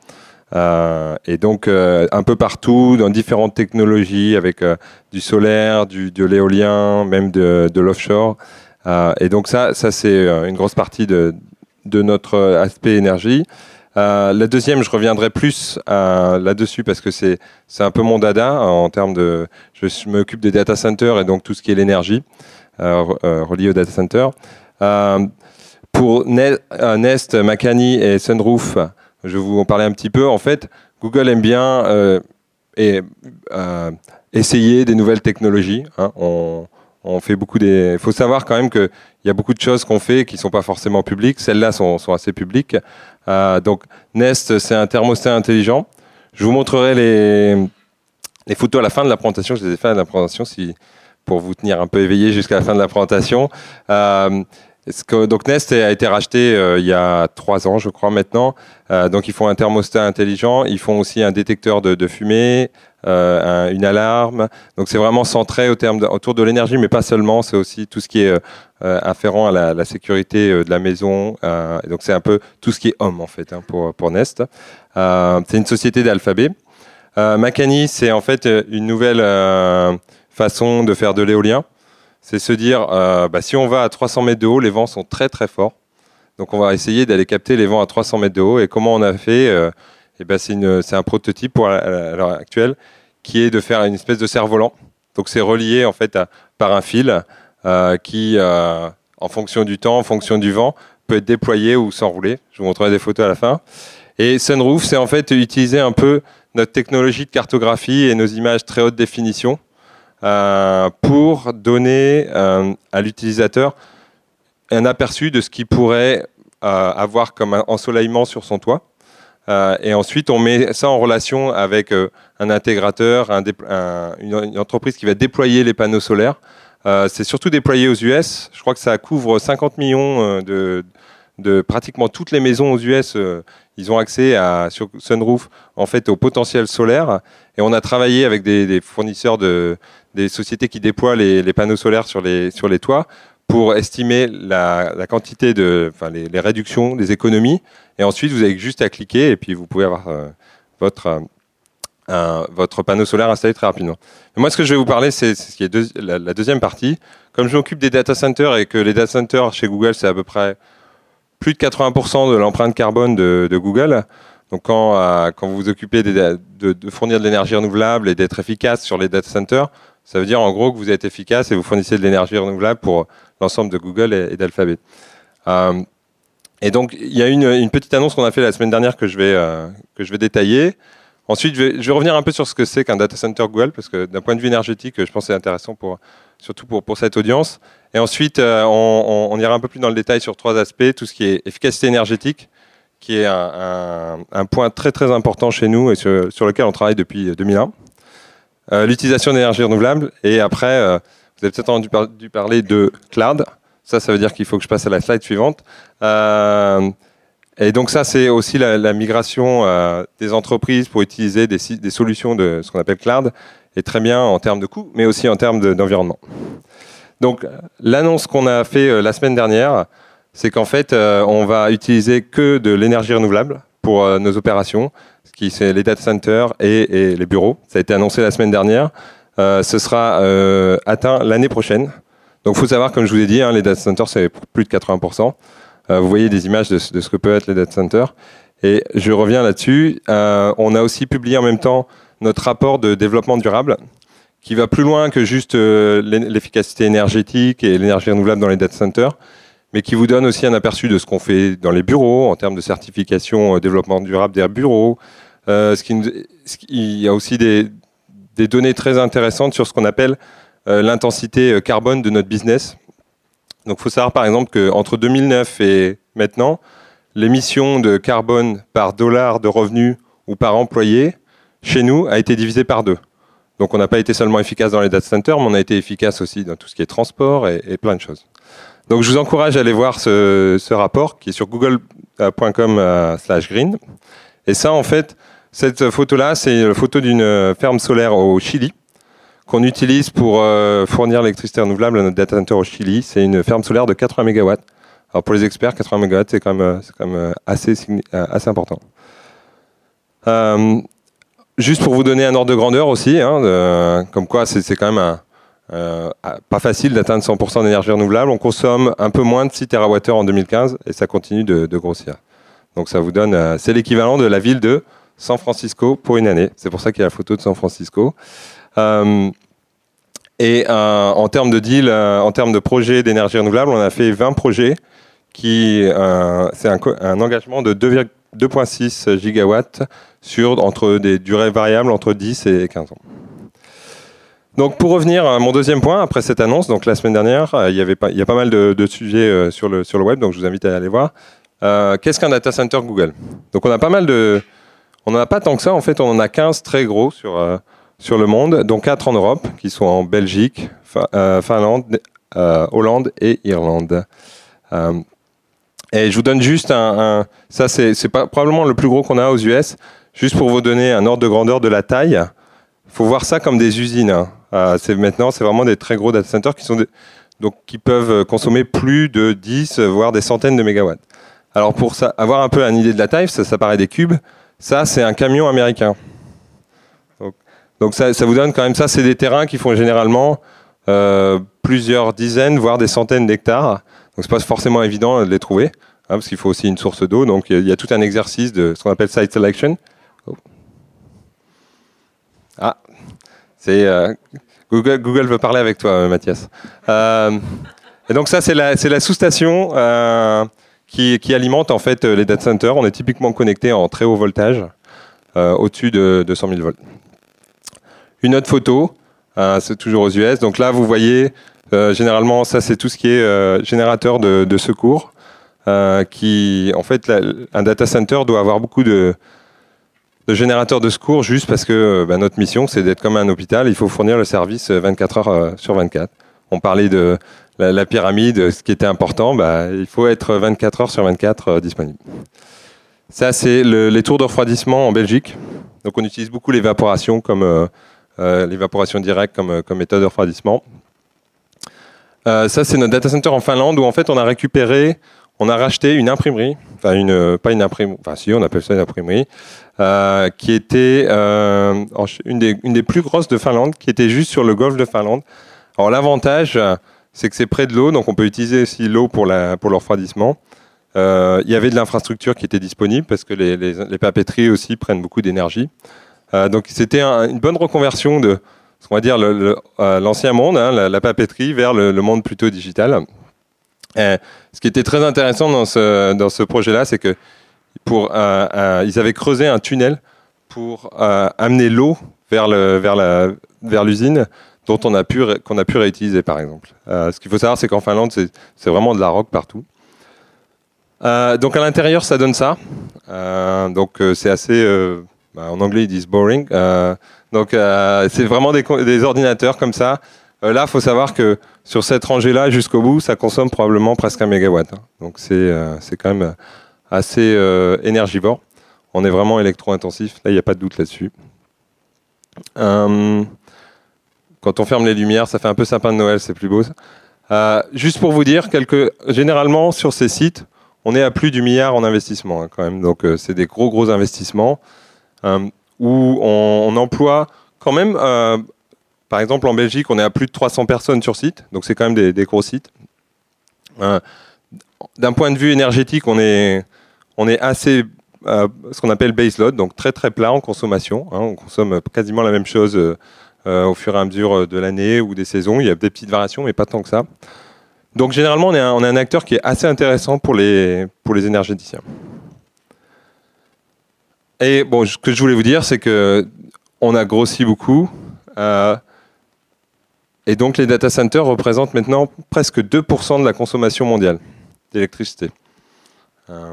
Euh, et donc, euh, un peu partout, dans différentes technologies, avec euh, du solaire, du, de l'éolien, même de, de l'offshore. Euh, et donc, ça, ça c'est une grosse partie de de notre aspect énergie. Euh, la deuxième, je reviendrai plus euh, là-dessus parce que c'est c'est un peu mon dada en termes de. Je, je m'occupe des data centers et donc tout ce qui est l'énergie euh, euh, relié aux data centers. Euh, pour Nest, Makani et Sunroof, je vais vous en parler un petit peu. En fait, Google aime bien euh, et, euh, essayer des nouvelles technologies. Hein. On, On fait beaucoup des. Il faut savoir quand même qu'il y a beaucoup de choses qu'on fait qui ne sont pas forcément publiques. Celles-là sont, sont assez publiques. Euh, donc, Nest, c'est un thermostat intelligent. Je vous montrerai les, les photos à la fin de la présentation. Je les ai fait à la présentation si, pour vous tenir un peu éveillé jusqu'à la fin de la présentation. Euh, que, donc, Nest a été racheté euh, il y a trois ans, je crois, maintenant. Euh, donc, ils font un thermostat intelligent. Ils font aussi un détecteur de, de fumée. Euh, un, une alarme. Donc c'est vraiment centré au terme de, autour de l'énergie, mais pas seulement. C'est aussi tout ce qui est euh, afférent à la, la sécurité euh, de la maison. Euh, et donc c'est un peu tout ce qui est home en fait hein, pour pour Nest. Euh, c'est une société d'Alphabet. Euh, Makani, c'est en fait une nouvelle euh, façon de faire de l'éolien. C'est se dire, euh, bah, si on va à trois cents mètres de haut, les vents sont très très forts. Donc on va essayer d'aller capter les vents à trois cents mètres de haut. Et comment on a fait euh, eh ben c'est, une, c'est un prototype pour, à, à l'heure actuelle qui est de faire une espèce de cerf-volant. Donc c'est relié en fait à, par un fil euh, qui, euh, en fonction du temps, en fonction du vent, peut être déployé ou s'enrouler. Je vous montrerai des photos à la fin. Et Sunroof, c'est en fait utiliser un peu notre technologie de cartographie et nos images très haute définition euh, pour donner euh, à l'utilisateur un aperçu de ce qu'il pourrait euh, avoir comme un ensoleillement sur son toit. Euh, et ensuite, on met ça en relation avec euh, un intégrateur, un déplo- un, une, une entreprise qui va déployer les panneaux solaires. Euh, c'est surtout déployé aux U S. Je crois que ça couvre cinquante millions euh, de, de pratiquement toutes les maisons aux U S. Euh, ils ont accès à, sur Sunroof en fait, au potentiel solaire. Et on a travaillé avec des, des fournisseurs, de, des sociétés qui déploient les, les panneaux solaires sur les, sur les toits pour estimer la, la quantité de, enfin les, les réductions, les économies. Et ensuite, vous avez juste à cliquer et puis vous pouvez avoir euh, votre, euh, un, votre panneau solaire installé très rapidement. Et moi, ce que je vais vous parler, c'est, c'est ce qui est deux, la, la deuxième partie. Comme je m'occupe des data centers et que les data centers chez Google, c'est à peu près plus de quatre-vingts pour cent de l'empreinte carbone de, de Google. Donc, quand, euh, quand vous vous occupez des, de, de fournir de l'énergie renouvelable et d'être efficace sur les data centers, ça veut dire en gros que vous êtes efficace et vous fournissez de l'énergie renouvelable pour l'ensemble de Google et, et d'Alphabet. Euh, et donc, il y a une, une petite annonce qu'on a fait la semaine dernière que je vais, euh, que je vais détailler. Ensuite, je vais, je vais revenir un peu sur ce que c'est qu'un data center Google, parce que d'un point de vue énergétique, je pense que c'est intéressant, pour, surtout pour, pour cette audience. Et ensuite, euh, on, on, on ira un peu plus dans le détail sur trois aspects, tout ce qui est efficacité énergétique, qui est un, un, un point très très important chez nous et sur, sur lequel on travaille depuis deux mille un. Euh, l'utilisation d'énergie renouvelable, et après, euh, vous avez peut-être entendu par, dû parler de cloud. Ça, ça veut dire qu'il faut que je passe à la slide suivante. Euh, et donc ça, c'est aussi la, la migration euh, des entreprises pour utiliser des, des solutions de ce qu'on appelle cloud, et très bien en termes de coûts, mais aussi en termes de, d'environnement. Donc, l'annonce qu'on a fait euh, la semaine dernière, c'est qu'en fait, euh, on va utiliser que de l'énergie renouvelable pour euh, nos opérations, ce qui c'est les data centers et, et les bureaux. Ça a été annoncé la semaine dernière. Euh, ce sera euh, atteint l'année prochaine. Donc, il faut savoir, comme je vous ai dit, hein, les data centers, c'est plus de quatre-vingts pour cent. Euh, vous voyez des images de, de ce que peuvent être les data centers. Et je reviens là-dessus. Euh, on a aussi publié en même temps notre rapport de développement durable, qui va plus loin que juste euh, l'efficacité énergétique et l'énergie renouvelable dans les data centers, mais qui vous donne aussi un aperçu de ce qu'on fait dans les bureaux, en termes de certification euh, développement durable des bureaux. Euh, ce qui nous, ce qui, il y a aussi des, des données très intéressantes sur ce qu'on appelle euh, l'intensité carbone de notre business. Donc il faut savoir par exemple qu'entre deux mille neuf et maintenant, l'émission de carbone par dollar de revenus ou par employé, chez nous, a été divisée par deux. Donc on n'a pas été seulement efficace dans les data centers, mais on a été efficace aussi dans tout ce qui est transport et, et plein de choses. Donc je vous encourage à aller voir ce, ce rapport qui est sur google point com slash green. Et ça, en fait, cette photo-là, c'est la photo d'une ferme solaire au Chili qu'on utilise pour euh, fournir l'électricité renouvelable à notre data center au Chili. C'est une ferme solaire de quatre-vingts mégawatts. Alors pour les experts, quatre-vingts mégawatts, c'est quand même, c'est quand même assez, assez important. Euh, juste pour vous donner un ordre de grandeur aussi, hein, de, comme quoi c'est, c'est quand même un, euh, pas facile d'atteindre cent pour cent d'énergie renouvelable. On consomme un peu moins de six térawattheures en deux mille quinze et ça continue de, de grossir. Donc ça vous donne, euh, c'est l'équivalent de la ville de San Francisco pour une année. C'est pour ça qu'il y a la photo de San Francisco. Euh, et euh, en termes de deal, euh, en termes de projets d'énergie renouvelable, on a fait vingt projets qui, euh, c'est un, un engagement de deux virgule six gigawatts sur entre des durées variables entre dix et quinze ans. Donc pour revenir à mon deuxième point, après cette annonce, donc la semaine dernière, il y avait pas, il y a pas mal de, de sujets sur le, sur le web, donc je vous invite à aller voir. Euh, qu'est-ce qu'un data center Google ? Donc on a pas mal de... On n'en a pas tant que ça, en fait, on en a quinze très gros sur, euh, sur le monde, dont quatre en Europe, qui sont en Belgique, fin, euh, Finlande, euh, Hollande et Irlande. Euh, et je vous donne juste un... un ça, c'est, c'est pas, probablement le plus gros qu'on a aux U S, juste pour vous donner un ordre de grandeur de la taille. Il faut voir ça comme des usines. Hein. Euh, c'est, maintenant, c'est vraiment des très gros data centers qui, sont des, donc, qui peuvent consommer plus de dix, voire des centaines de mégawatts. Alors, pour ça, avoir un peu une idée de la taille, ça, ça paraît des cubes. Ça, c'est un camion américain. Donc, donc ça, ça vous donne quand même ça, c'est des terrains qui font généralement euh, plusieurs dizaines, voire des centaines d'hectares. Donc c'est pas forcément évident de les trouver. parce qu'il faut aussi une source d'eau. Donc il y, y a tout un exercice de ce qu'on appelle site selection. Oh. Ah, c'est euh, Google, Google veut parler avec toi, Mathias. Euh, et donc ça, c'est la, c'est la sous-station euh, qui, qui alimente en fait les data centers. On est typiquement connecté en très haut voltage, euh, au-dessus de, de cent mille volts. Une autre photo, euh, c'est toujours aux U S. Donc là, vous voyez, euh, généralement, ça c'est tout ce qui est euh, générateur de, de secours. Euh, qui, en fait, la, un data center doit avoir beaucoup de, de générateurs de secours juste parce que bah, notre mission, c'est d'être comme un hôpital. Il faut fournir le service vingt-quatre heures euh, sur vingt-quatre. On parlait de la, la pyramide, ce qui était important. Bah, il faut être vingt-quatre heures sur vingt-quatre euh, disponible. Ça, c'est le, les tours de refroidissement en Belgique. Donc, on utilise beaucoup l'évaporation comme euh, euh, l'évaporation directe comme, comme méthode de refroidissement. Euh, ça, c'est notre data center en Finlande où en fait, on a récupéré On a racheté une imprimerie, enfin une, pas une imprimerie, enfin si on appelle ça une imprimerie, euh, qui était euh, une, des, une des plus grosses de Finlande, qui était juste sur le golfe de Finlande. Alors l'avantage, c'est que c'est près de l'eau, donc on peut utiliser aussi l'eau pour, la, pour le refroidissement. Euh, il y avait de l'infrastructure qui était disponible parce que les, les, les papeteries aussi prennent beaucoup d'énergie. Euh, donc c'était un, une bonne reconversion de, on va dire, le, le, euh, l'ancien monde, hein, la, la papeterie, vers le, le monde plutôt digital. Et ce qui était très intéressant dans ce, dans ce projet-là, c'est que pour, euh, euh, ils avaient creusé un tunnel pour euh, amener l'eau vers, le, vers, la, vers l'usine dont on a pu, qu'on a pu réutiliser, par exemple. Euh, ce qu'il faut savoir, c'est qu'en Finlande, c'est, c'est vraiment de la rock partout. Euh, donc à l'intérieur, ça donne ça. Euh, donc euh, c'est assez, euh, bah, en anglais ils disent boring. Euh, donc euh, c'est vraiment des, des ordinateurs comme ça. Euh, là, il faut savoir que sur cette rangée-là, jusqu'au bout, ça consomme probablement presque un mégawatt. Hein. Donc c'est, euh, c'est quand même assez euh, énergivore. On est vraiment électro-intensif. Là, il n'y a pas de doute là-dessus. Euh, quand on ferme les lumières, ça fait un peu sapin de Noël, c'est plus beau. Euh, juste pour vous dire, quelques, généralement sur ces sites, on est à plus du milliard en investissement hein, quand même. Donc euh, c'est des gros gros investissements euh, où on, on emploie quand même. Euh, Par exemple, en Belgique, on est à plus de trois cents personnes sur site, donc c'est quand même des, des gros sites. Euh, d'un point de vue énergétique, on est, on est assez, euh, ce qu'on appelle baseload, donc très très plat en consommation. Hein, on consomme quasiment la même chose euh, au fur et à mesure de l'année ou des saisons. Il y a des petites variations, mais pas tant que ça. Donc généralement, on est un, on est un acteur qui est assez intéressant pour les, pour les énergéticiens. Et bon, ce que je voulais vous dire, c'est qu'on a grossi beaucoup. Euh, Et donc les data centers représentent maintenant presque deux pour cent de la consommation mondiale d'électricité. Euh,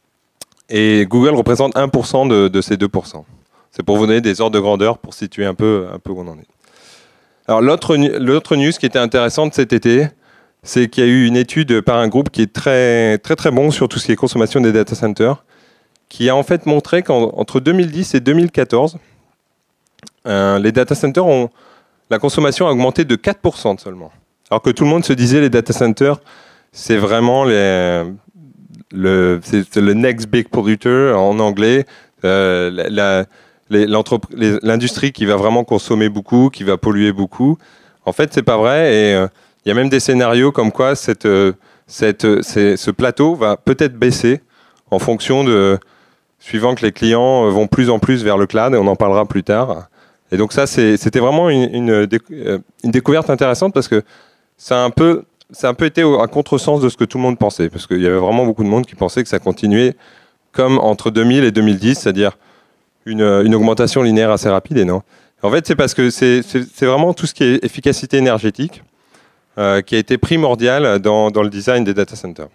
et Google représente un pour cent de, de ces deux pour cent. C'est pour vous donner des ordres de grandeur pour situer un peu, un peu où on en est. Alors l'autre, l'autre news qui était intéressante cet été, c'est qu'il y a eu une étude par un groupe qui est très très très bon sur tout ce qui est consommation des data centers, qui a en fait montré qu'entre deux mille dix et deux mille quatorze, euh, les data centers ont la consommation a augmenté de quatre pour cent seulement. Alors que tout le monde se disait les data centers, c'est vraiment les, le, c'est le next big polluter en anglais, euh, la, les, les, l'industrie qui va vraiment consommer beaucoup, qui va polluer beaucoup. En fait, c'est pas vrai. Et il euh, y a même des scénarios comme quoi cette, cette, c'est, ce plateau va peut-être baisser en fonction de, suivant que les clients vont plus en plus vers le cloud, et on en parlera plus tard. Et donc ça, c'est, c'était vraiment une, une, une découverte intéressante parce que ça a un peu, ça a un peu été à contresens de ce que tout le monde pensait. Parce qu'il y avait vraiment beaucoup de monde qui pensait que ça continuait comme entre deux mille et deux mille dix, c'est-à-dire une, une augmentation linéaire assez rapide. Et non. En fait, c'est parce que c'est, c'est, c'est vraiment tout ce qui est efficacité énergétique euh, qui a été primordial dans, dans le design des data centers.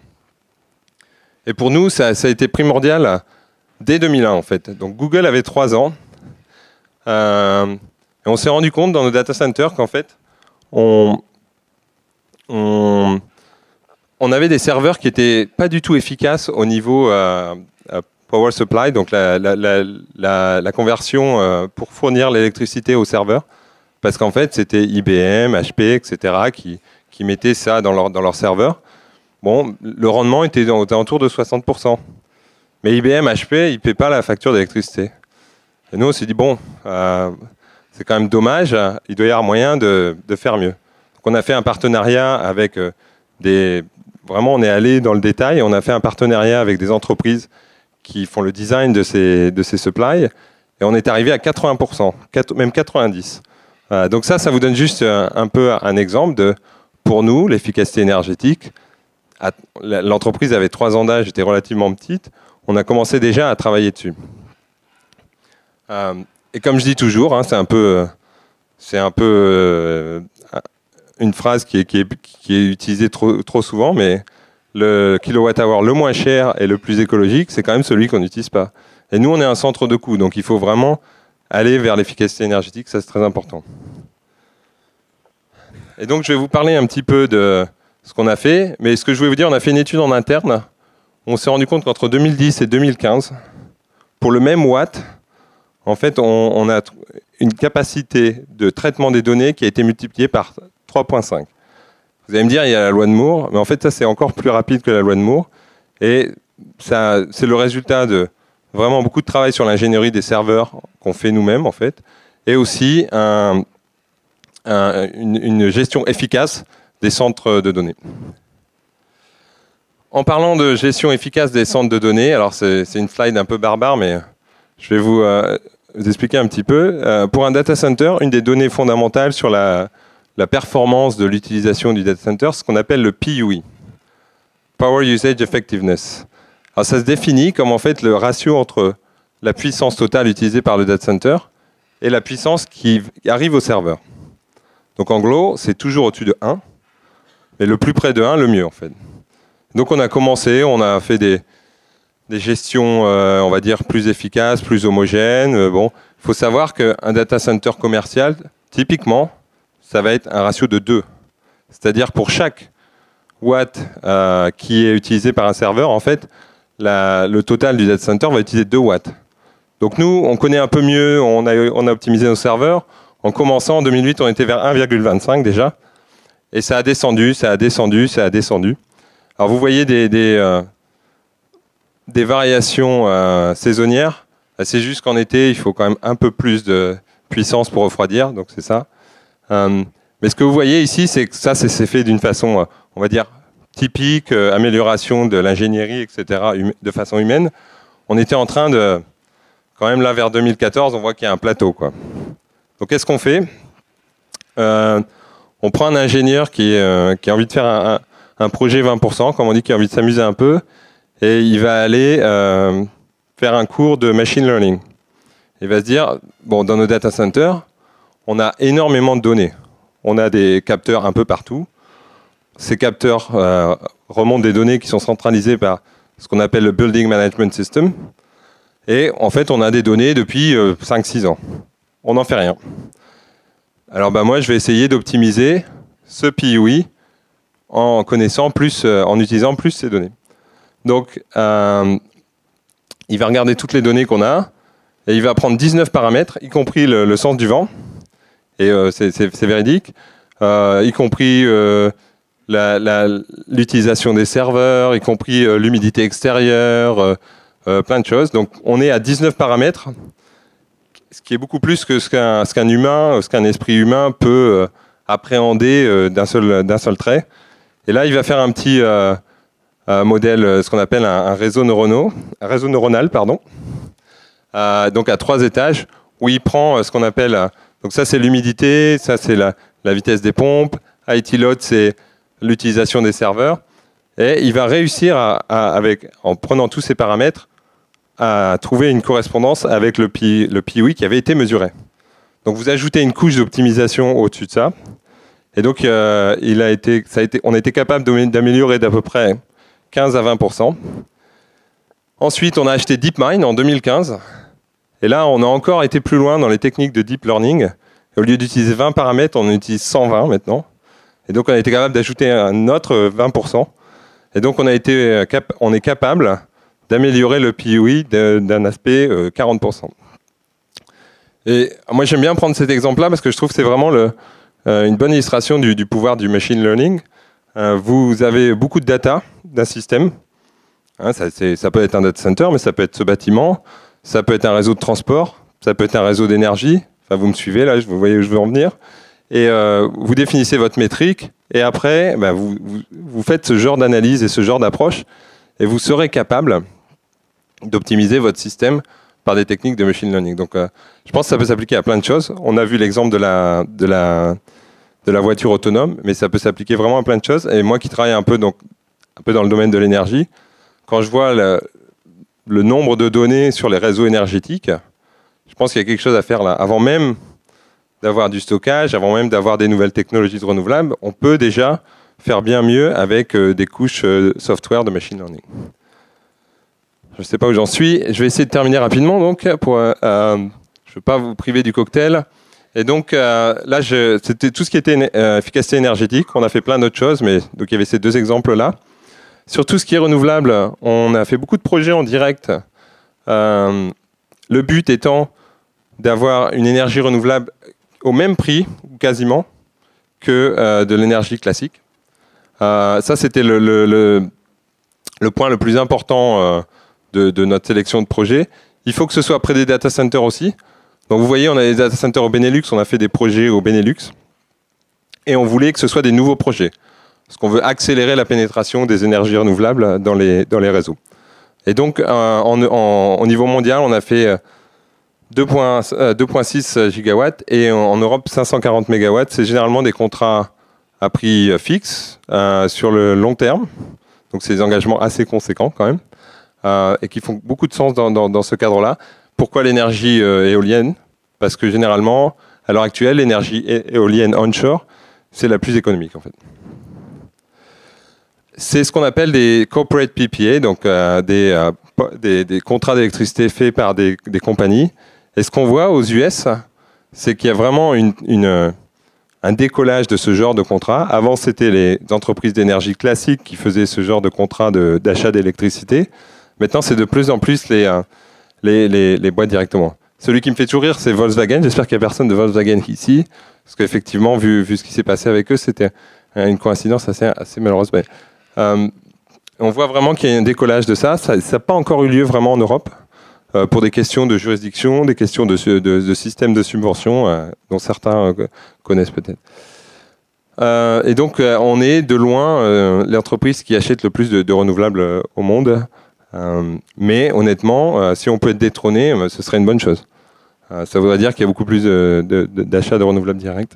Et pour nous, ça, ça a été primordial dès deux mille un, en fait. Donc Google avait trois ans. Euh, et on s'est rendu compte dans nos data centers qu'en fait, on, on, on avait des serveurs qui n'étaient pas du tout efficaces au niveau euh, power supply, donc la, la, la, la, la conversion euh, pour fournir l'électricité aux serveurs. Parce qu'en fait, c'était I B M, H P, et cetera qui, qui mettaient ça dans leur, dans leur serveur. Bon, le rendement était autour de soixante pour cent. Mais I B M, H P, ils ne paient pas la facture d'électricité. Et nous, on s'est dit, bon, euh, c'est quand même dommage, il doit y avoir moyen de, de faire mieux. Donc, on a fait un partenariat avec euh, des, vraiment, on est allé dans le détail et on a fait un partenariat avec des entreprises qui font le design de ces, de ces supplies. Et on est arrivé à quatre-vingts pour cent, même quatre-vingt-dix pour cent. Voilà, donc ça, ça vous donne juste un, un peu un exemple de, pour nous, l'efficacité énergétique. L'entreprise avait trois ans d'âge, était relativement petite. On a commencé déjà à travailler dessus. Euh, et comme je dis toujours, hein, c'est un peu, c'est un peu euh, une phrase qui est, qui est, qui est utilisée trop, trop souvent, mais le kilowatt-hour le moins cher et le plus écologique, c'est quand même celui qu'on n'utilise pas. Et nous, on est un centre de coût, donc il faut vraiment aller vers l'efficacité énergétique, ça c'est très important. Et donc je vais vous parler un petit peu de ce qu'on a fait, mais ce que je voulais vous dire, on a fait une étude en interne. On s'est rendu compte qu'entre deux mille dix et deux mille quinze, pour le même watt, en fait, on, on a une capacité de traitement des données qui a été multipliée par trois virgule cinq. Vous allez me dire, il y a la loi de Moore, mais en fait, ça c'est encore plus rapide que la loi de Moore. Et ça, c'est le résultat de vraiment beaucoup de travail sur l'ingénierie des serveurs qu'on fait nous-mêmes, en fait, et aussi un, un, une, une gestion efficace des centres de données. En parlant de gestion efficace des centres de données, alors c'est, c'est une slide un peu barbare, mais je vais vous, euh, vous expliquer un petit peu. Euh, pour un data center, une des données fondamentales sur la, la performance de l'utilisation du data center, c'est ce qu'on appelle le P U E, Power Usage Effectiveness. Alors ça se définit comme en fait le ratio entre la puissance totale utilisée par le data center et la puissance qui arrive au serveur. Donc en gros, c'est toujours au-dessus de un, mais le plus près de un, le mieux en fait. Donc on a commencé, on a fait des, des gestions, euh, on va dire, plus efficaces, plus homogènes. Euh, bon, il faut savoir qu'un data center commercial, typiquement, ça va être un ratio de deux. C'est-à-dire pour chaque watt euh, qui est utilisé par un serveur, en fait, la, le total du data center va utiliser deux watts. Donc nous, on connaît un peu mieux, on a, on a optimisé nos serveurs. En commençant en deux mille huit, on était vers un virgule vingt-cinq déjà. Et ça a descendu, ça a descendu, ça a descendu. Alors vous voyez des, des, euh, des variations euh, saisonnières. C'est juste qu'en été, il faut quand même un peu plus de puissance pour refroidir, donc c'est ça. Euh, mais ce que vous voyez ici, c'est que ça, c'est, c'est fait d'une façon, euh, on va dire, typique, euh, amélioration de l'ingénierie, et cetera, hum, de façon humaine. On était en train de, quand même là vers deux mille quatorze, on voit qu'il y a un plateau, quoi. Donc qu'est-ce qu'on fait ? euh, On prend un ingénieur qui, euh, qui a envie de faire un, un, un projet vingt pour cent, comme on dit, qui a envie de s'amuser un peu, et il va aller euh, faire un cours de machine learning. Il va se dire, bon, dans nos data centers, on a énormément de données. On a des capteurs un peu partout. Ces capteurs euh, remontent des données qui sont centralisées par ce qu'on appelle le Building Management System. Et en fait, on a des données depuis euh, cinq six ans. On n'en fait rien. Alors ben, moi, je vais essayer d'optimiser ce P U E en connaissant plus, euh, en utilisant plus ces données. Donc, euh, il va regarder toutes les données qu'on a et il va prendre dix-neuf paramètres, y compris le, le sens du vent. Et euh, c'est, c'est, c'est véridique, euh, y compris euh, la, la, l'utilisation des serveurs, y compris euh, l'humidité extérieure, euh, euh, plein de choses. Donc, on est à dix-neuf paramètres, ce qui est beaucoup plus que ce qu'un, ce qu'un humain, ce qu'un esprit humain peut euh, appréhender euh, d'un seul, d'un seul trait. Et là, il va faire un petit euh, euh, modèle, ce qu'on appelle un, un réseau neuronal, un réseau neuronal, pardon, euh, donc à trois étages, où il prend euh, ce qu'on appelle, euh, donc ça c'est l'humidité, ça c'est la, la vitesse des pompes, I T load c'est l'utilisation des serveurs, et il va réussir à, à, avec, en prenant tous ces paramètres, à trouver une correspondance avec le P, le P U E qui avait été mesuré. Donc vous ajoutez une couche d'optimisation au-dessus de ça, et donc euh, il a été, ça a été, on a été capable d'améliorer d'à peu près quinze à vingt pour cent. Ensuite, on a acheté DeepMind en deux mille quinze, et là on a encore été plus loin dans les techniques de deep learning. Et au lieu d'utiliser vingt paramètres, on utilise cent vingt maintenant, et donc on a été capable d'ajouter un autre vingt pour cent. Et donc on a été, on est capable d'améliorer le P U E d'un aspect quarante pour cent. Et moi j'aime bien prendre cet exemple-là parce que je trouve que c'est vraiment le, euh, une bonne illustration du, du pouvoir du machine learning. Euh, vous avez beaucoup de data d'un système. Hein, ça, c'est, ça peut être un data center, mais ça peut être ce bâtiment, ça peut être un réseau de transport, ça peut être un réseau d'énergie. Enfin, vous me suivez là, vous voyez où je veux en venir. Et euh, vous définissez votre métrique Et après, bah, vous, vous, vous faites ce genre d'analyse et ce genre d'approche, et vous serez capable d'optimiser votre système par des techniques de machine learning. Donc, euh, je pense que ça peut s'appliquer à plein de choses. On a vu l'exemple de la, de la, de la voiture autonome, mais ça peut s'appliquer vraiment à plein de choses. Et moi qui travaille un peu, donc, un peu dans le domaine de l'énergie, quand je vois le, le nombre de données sur les réseaux énergétiques, je pense qu'il y a quelque chose à faire là. Avant même d'avoir du stockage, avant même d'avoir des nouvelles technologies de renouvelables, on peut déjà faire bien mieux avec euh, des couches euh, software de machine learning. Je ne sais pas où j'en suis. Je vais essayer de terminer rapidement. Donc, pour, euh, je ne veux pas vous priver du cocktail. Et donc, euh, là, je, c'était tout ce qui était euh, efficacité énergétique. On a fait plein d'autres choses, mais donc, il y avait ces deux exemples-là. Sur tout ce qui est renouvelable, on a fait beaucoup de projets en direct. Euh, le but étant d'avoir une énergie renouvelable au même prix, quasiment, que euh, de l'énergie classique. Euh, ça, c'était le, le, le, le point le plus important euh, de, de notre sélection de projets. Il faut que ce soit près des data centers aussi. Donc vous voyez, on a des data centers au Benelux, on a fait des projets au Benelux. Et on voulait que ce soit des nouveaux projets. Parce qu'on veut accélérer la pénétration des énergies renouvelables dans les, dans les réseaux. Et donc, euh, en, en, au niveau mondial, on a fait deux virgule six gigawatts et en Europe cinq cent quarante mégawatts. C'est généralement des contrats à prix fixe euh, sur le long terme. Donc c'est des engagements assez conséquents quand même euh, et qui font beaucoup de sens dans, dans, dans ce cadre-là. Pourquoi l'énergie euh, éolienne? Parce que généralement, à l'heure actuelle, l'énergie é éolienne onshore, c'est la plus économique en fait. C'est ce qu'on appelle des corporate P P A, donc euh, des, euh, des, des contrats d'électricité faits par des, des compagnies. Et ce qu'on voit aux U S, c'est qu'il y a vraiment une, une, un décollage de ce genre de contrat. Avant, c'était les entreprises d'énergie classiques qui faisaient ce genre de contrat d'achat d'électricité. Maintenant, c'est de plus en plus les, les, les, les boîtes directement. Celui qui me fait toujours rire, c'est Volkswagen. J'espère qu'il n'y a personne de Volkswagen ici, parce qu'effectivement, vu, vu ce qui s'est passé avec eux, c'était une coïncidence assez, assez malheureuse. Mais, euh, on voit vraiment qu'il y a un décollage de ça. Ça n'a pas encore eu lieu vraiment en Europe. Euh, pour des questions de juridiction, des questions de, de, de système de subvention, euh, dont certains euh, connaissent peut-être. Euh, et donc, euh, on est de loin euh, l'entreprise qui achète le plus de, de renouvelables euh, au monde. Euh, mais honnêtement, euh, si on peut être détrôné, euh, ce serait une bonne chose. Euh, ça voudrait dire qu'il y a beaucoup plus de, de, de, d'achats de renouvelables directs.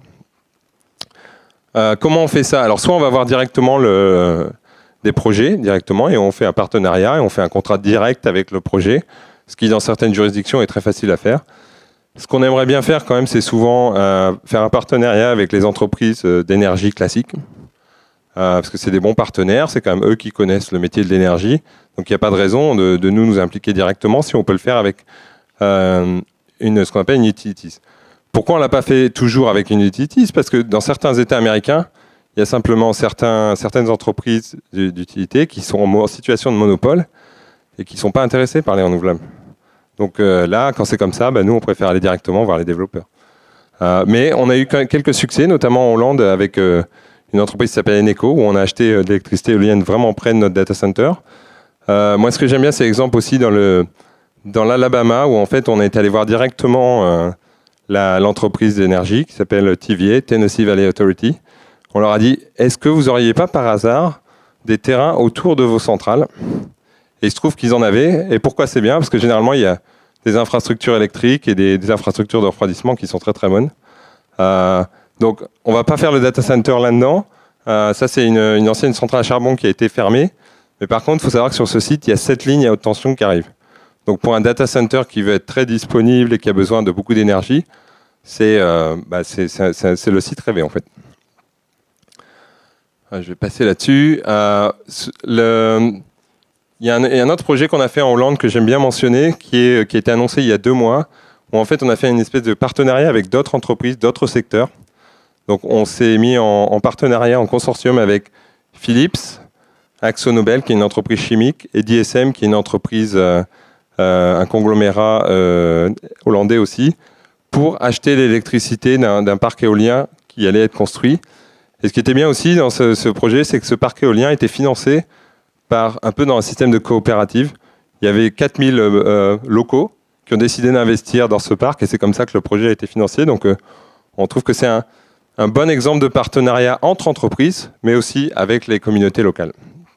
Euh, comment on fait ça? Alors, soit on va voir directement le, des projets, directement, et on fait un partenariat, et on fait un contrat direct avec le projet, ce qui, dans certaines juridictions, est très facile à faire. Ce qu'on aimerait bien faire, quand même, c'est souvent euh, faire un partenariat avec les entreprises euh, d'énergie classiques, euh, parce que c'est des bons partenaires, c'est quand même eux qui connaissent le métier de l'énergie, donc il n'y a pas de raison de, de nous nous impliquer directement si on peut le faire avec euh, une, ce qu'on appelle une utilities. Pourquoi on ne l'a pas fait toujours avec une utilities? Parce que dans certains États américains, il y a simplement certains, certaines entreprises d'utilité qui sont en situation de monopole, et qui ne sont pas intéressés par les renouvelables. Donc euh, là, quand c'est comme ça, bah, nous, on préfère aller directement voir les développeurs. Euh, mais on a eu quelques succès, notamment en Hollande, avec euh, une entreprise qui s'appelle Eneco, où on a acheté euh, de l'électricité éolienne vraiment près de notre data center. Euh, moi, ce que j'aime bien, c'est l'exemple aussi dans le dans l'Alabama, où en fait, on est allé voir directement euh, l'entreprise d'énergie qui s'appelle T V A, Tennessee Valley Authority. On leur a dit, est-ce que vous n'auriez pas par hasard des terrains autour de vos centrales? Et il se trouve qu'ils en avaient. Et pourquoi c'est bien? Parce que généralement, il y a des infrastructures électriques et des, des infrastructures de refroidissement qui sont très très bonnes. Euh, donc, on ne va pas faire le data center là-dedans. Euh, ça, c'est une, une ancienne centrale à charbon qui a été fermée. Mais par contre, il faut savoir que sur ce site, il y a sept lignes à haute tension qui arrivent. Donc, pour un data center qui veut être très disponible et qui a besoin de beaucoup d'énergie, c'est euh, bah, le site rêvé, en fait. Je vais passer là-dessus. Euh, le... Il y a un, un autre projet qu'on a fait en Hollande que j'aime bien mentionner, qui, est, qui a été annoncé il y a deux mois, où en fait on a fait une espèce de partenariat avec d'autres entreprises, d'autres secteurs. Donc on s'est mis en, en partenariat, en consortium avec Philips, AkzoNobel, qui est une entreprise chimique, et D S M, qui est une entreprise, euh, euh, un conglomérat euh, hollandais aussi, pour acheter l'électricité d'un parc éolien qui allait être construit. Et ce qui était bien aussi dans ce, ce projet, c'est que ce parc éolien était financé par un peu dans un système de coopérative. Il y avait quatre mille euh, locaux qui ont décidé d'investir dans ce parc, et c'est comme ça que le projet a été financé. Donc euh, on trouve que c'est un, un bon exemple de partenariat entre entreprises, mais aussi avec les communautés locales.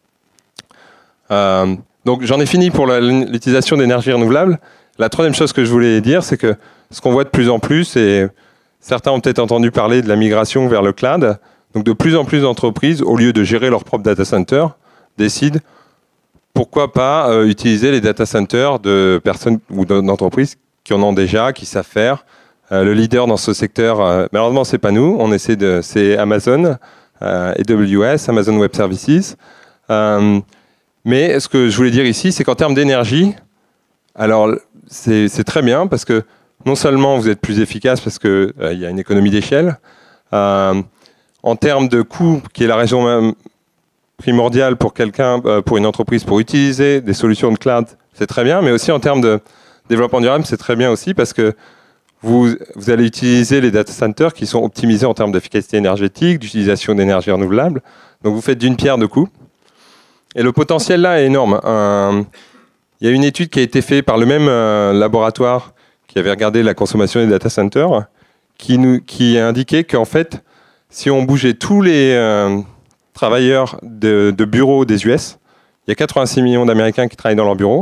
Euh, donc j'en ai fini pour la, l'utilisation d'énergie renouvelable. La troisième chose que je voulais dire, c'est que ce qu'on voit de plus en plus, et certains ont peut-être entendu parler de la migration vers le cloud, donc de plus en plus d'entreprises, au lieu de gérer leur propre data center, décident pourquoi pas euh, utiliser les data centers de personnes ou d'entreprises qui en ont déjà, qui savent faire. Euh, le leader dans ce secteur, euh, malheureusement, c'est pas nous. On essaie de, c'est Amazon, euh, A W S, Amazon Web Services. Euh, mais ce que je voulais dire ici, c'est qu'en termes d'énergie, alors c'est, c'est très bien parce que non seulement vous êtes plus efficace parce qu'il euh, y a une économie d'échelle, euh, en termes de coût, qui est la raison même primordiale pour quelqu'un, euh, pour une entreprise, pour utiliser des solutions de cloud, c'est très bien, mais aussi en termes de développement durable, c'est très bien aussi parce que vous, vous allez utiliser les data centers qui sont optimisés en termes d'efficacité énergétique, d'utilisation d'énergie renouvelable. Donc vous faites d'une pierre deux coups. Et le potentiel là est énorme. Euh, il y a une étude qui a été faite par le même euh, laboratoire qui avait regardé la consommation des data centers, qui, nous, qui a indiqué qu'en fait, si on bougeait tous les euh, travailleurs de, de bureaux des U S, il y a quatre-vingt-six millions d'Américains qui travaillent dans leurs bureaux,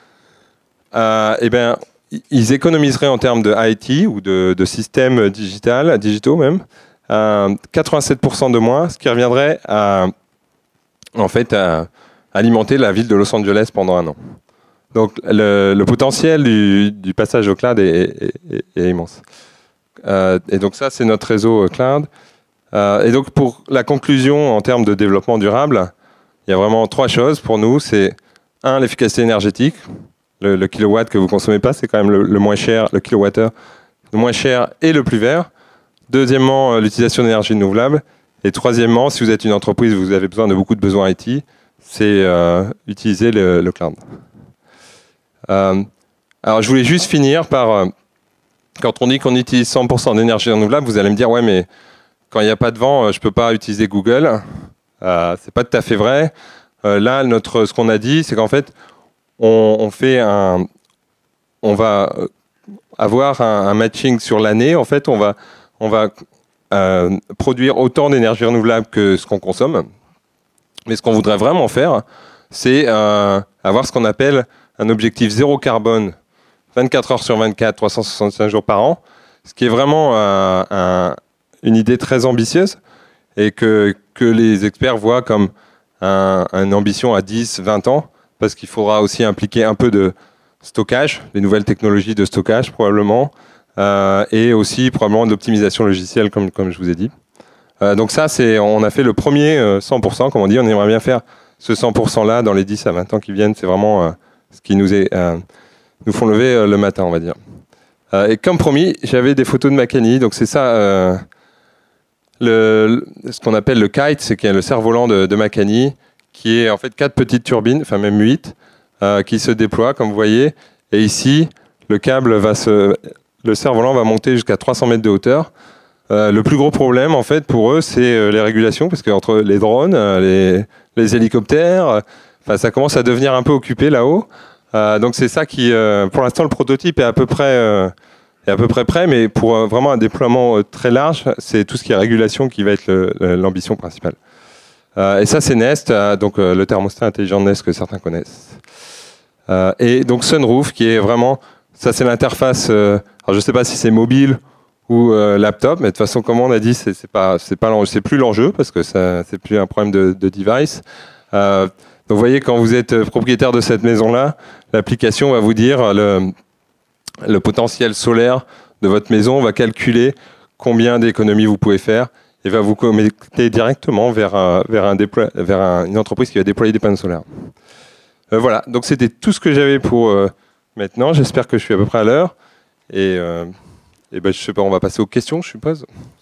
euh, et ben, ils économiseraient en termes de I T ou de, de systèmes digital, digitaux même, euh, quatre-vingt-sept pour cent de moins, ce qui reviendrait à, en fait, à alimenter la ville de Los Angeles pendant un an. Donc le, le potentiel du, du passage au cloud est, est, est, est immense. Euh, et donc ça, c'est notre réseau cloud. Euh, et donc pour la conclusion en termes de développement durable, il y a vraiment trois choses pour nous. C'est un, l'efficacité énergétique. Le, le kilowatt que vous consommez pas, c'est quand même le, le moins cher, le kilowattheure, le moins cher et le plus vert. Deuxièmement, euh, l'utilisation d'énergie renouvelable. Et troisièmement, si vous êtes une entreprise, vous avez besoin de beaucoup de besoins I T, c'est euh, utiliser le, le cloud. Euh, alors, je voulais juste finir par, euh, quand on dit qu'on utilise cent pour cent d'énergie renouvelable, vous allez me dire, ouais, mais quand il n'y a pas de vent, euh, je ne peux pas utiliser Google. Euh, c'est pas tout à fait vrai. Euh, là, notre, ce qu'on a dit, c'est qu'en fait, on, on fait un, on va avoir un, un matching sur l'année. En fait, on va, on va euh, produire autant d'énergie renouvelable que ce qu'on consomme. Mais ce qu'on voudrait vraiment faire, c'est euh, avoir ce qu'on appelle un objectif zéro carbone, vingt-quatre heures sur vingt-quatre, trois cent soixante-cinq jours par an, ce qui est vraiment euh, un, une idée très ambitieuse et que, que les experts voient comme un, une ambition à dix, vingt ans, parce qu'il faudra aussi impliquer un peu de stockage, les nouvelles technologies de stockage probablement, euh, et aussi probablement de l'optimisation logicielle, comme, comme je vous ai dit. Euh, donc ça, c'est, on a fait le premier euh, cent pour cent, comme on dit, on aimerait bien faire ce cent pour cent-là dans les dix à vingt ans qui viennent, c'est vraiment euh, ce qui nous, est, euh, nous font lever euh, le matin, on va dire. Euh, et comme promis, j'avais des photos de Makani, donc c'est ça, euh, le, ce qu'on appelle le kite, c'est qu'il y a le cerf-volant de, de Makani, qui est en fait quatre petites turbines, enfin même huit, euh, qui se déploient, comme vous voyez. Et ici, le câble va se, le cerf-volant va monter jusqu'à trois cents mètres de hauteur. Euh, le plus gros problème, en fait, pour eux, c'est euh, les régulations, parce qu'entre les drones, euh, les, les hélicoptères, euh, enfin, ça commence à devenir un peu occupé là-haut. Euh, donc c'est ça qui, euh, pour l'instant, le prototype est à peu près, euh, est à peu près prêt, mais pour euh, vraiment un déploiement euh, très large, c'est tout ce qui est régulation qui va être le, l'ambition principale. Euh, et ça, c'est Nest, euh, donc euh, le thermostat intelligent de Nest que certains connaissent. Euh, et donc Sunroof, qui est vraiment, ça c'est l'interface, euh, alors je ne sais pas si c'est mobile ou euh, laptop, mais de toute façon, comme on a dit, c'est, c'est pas, c'est pas, c'est plus l'enjeu parce que ça, c'est plus un problème de, de device. Euh, donc vous voyez, quand vous êtes propriétaire de cette maison-là, l'application va vous dire le, le potentiel solaire de votre maison, va calculer combien d'économies vous pouvez faire et va vous connecter directement vers, un, vers, un déploie, vers un, une entreprise qui va déployer des panneaux solaires. Euh, voilà, donc c'était tout ce que j'avais pour euh, maintenant. J'espère que je suis à peu près à l'heure. Et, euh, et ben, je sais pas, on va passer aux questions, je suppose.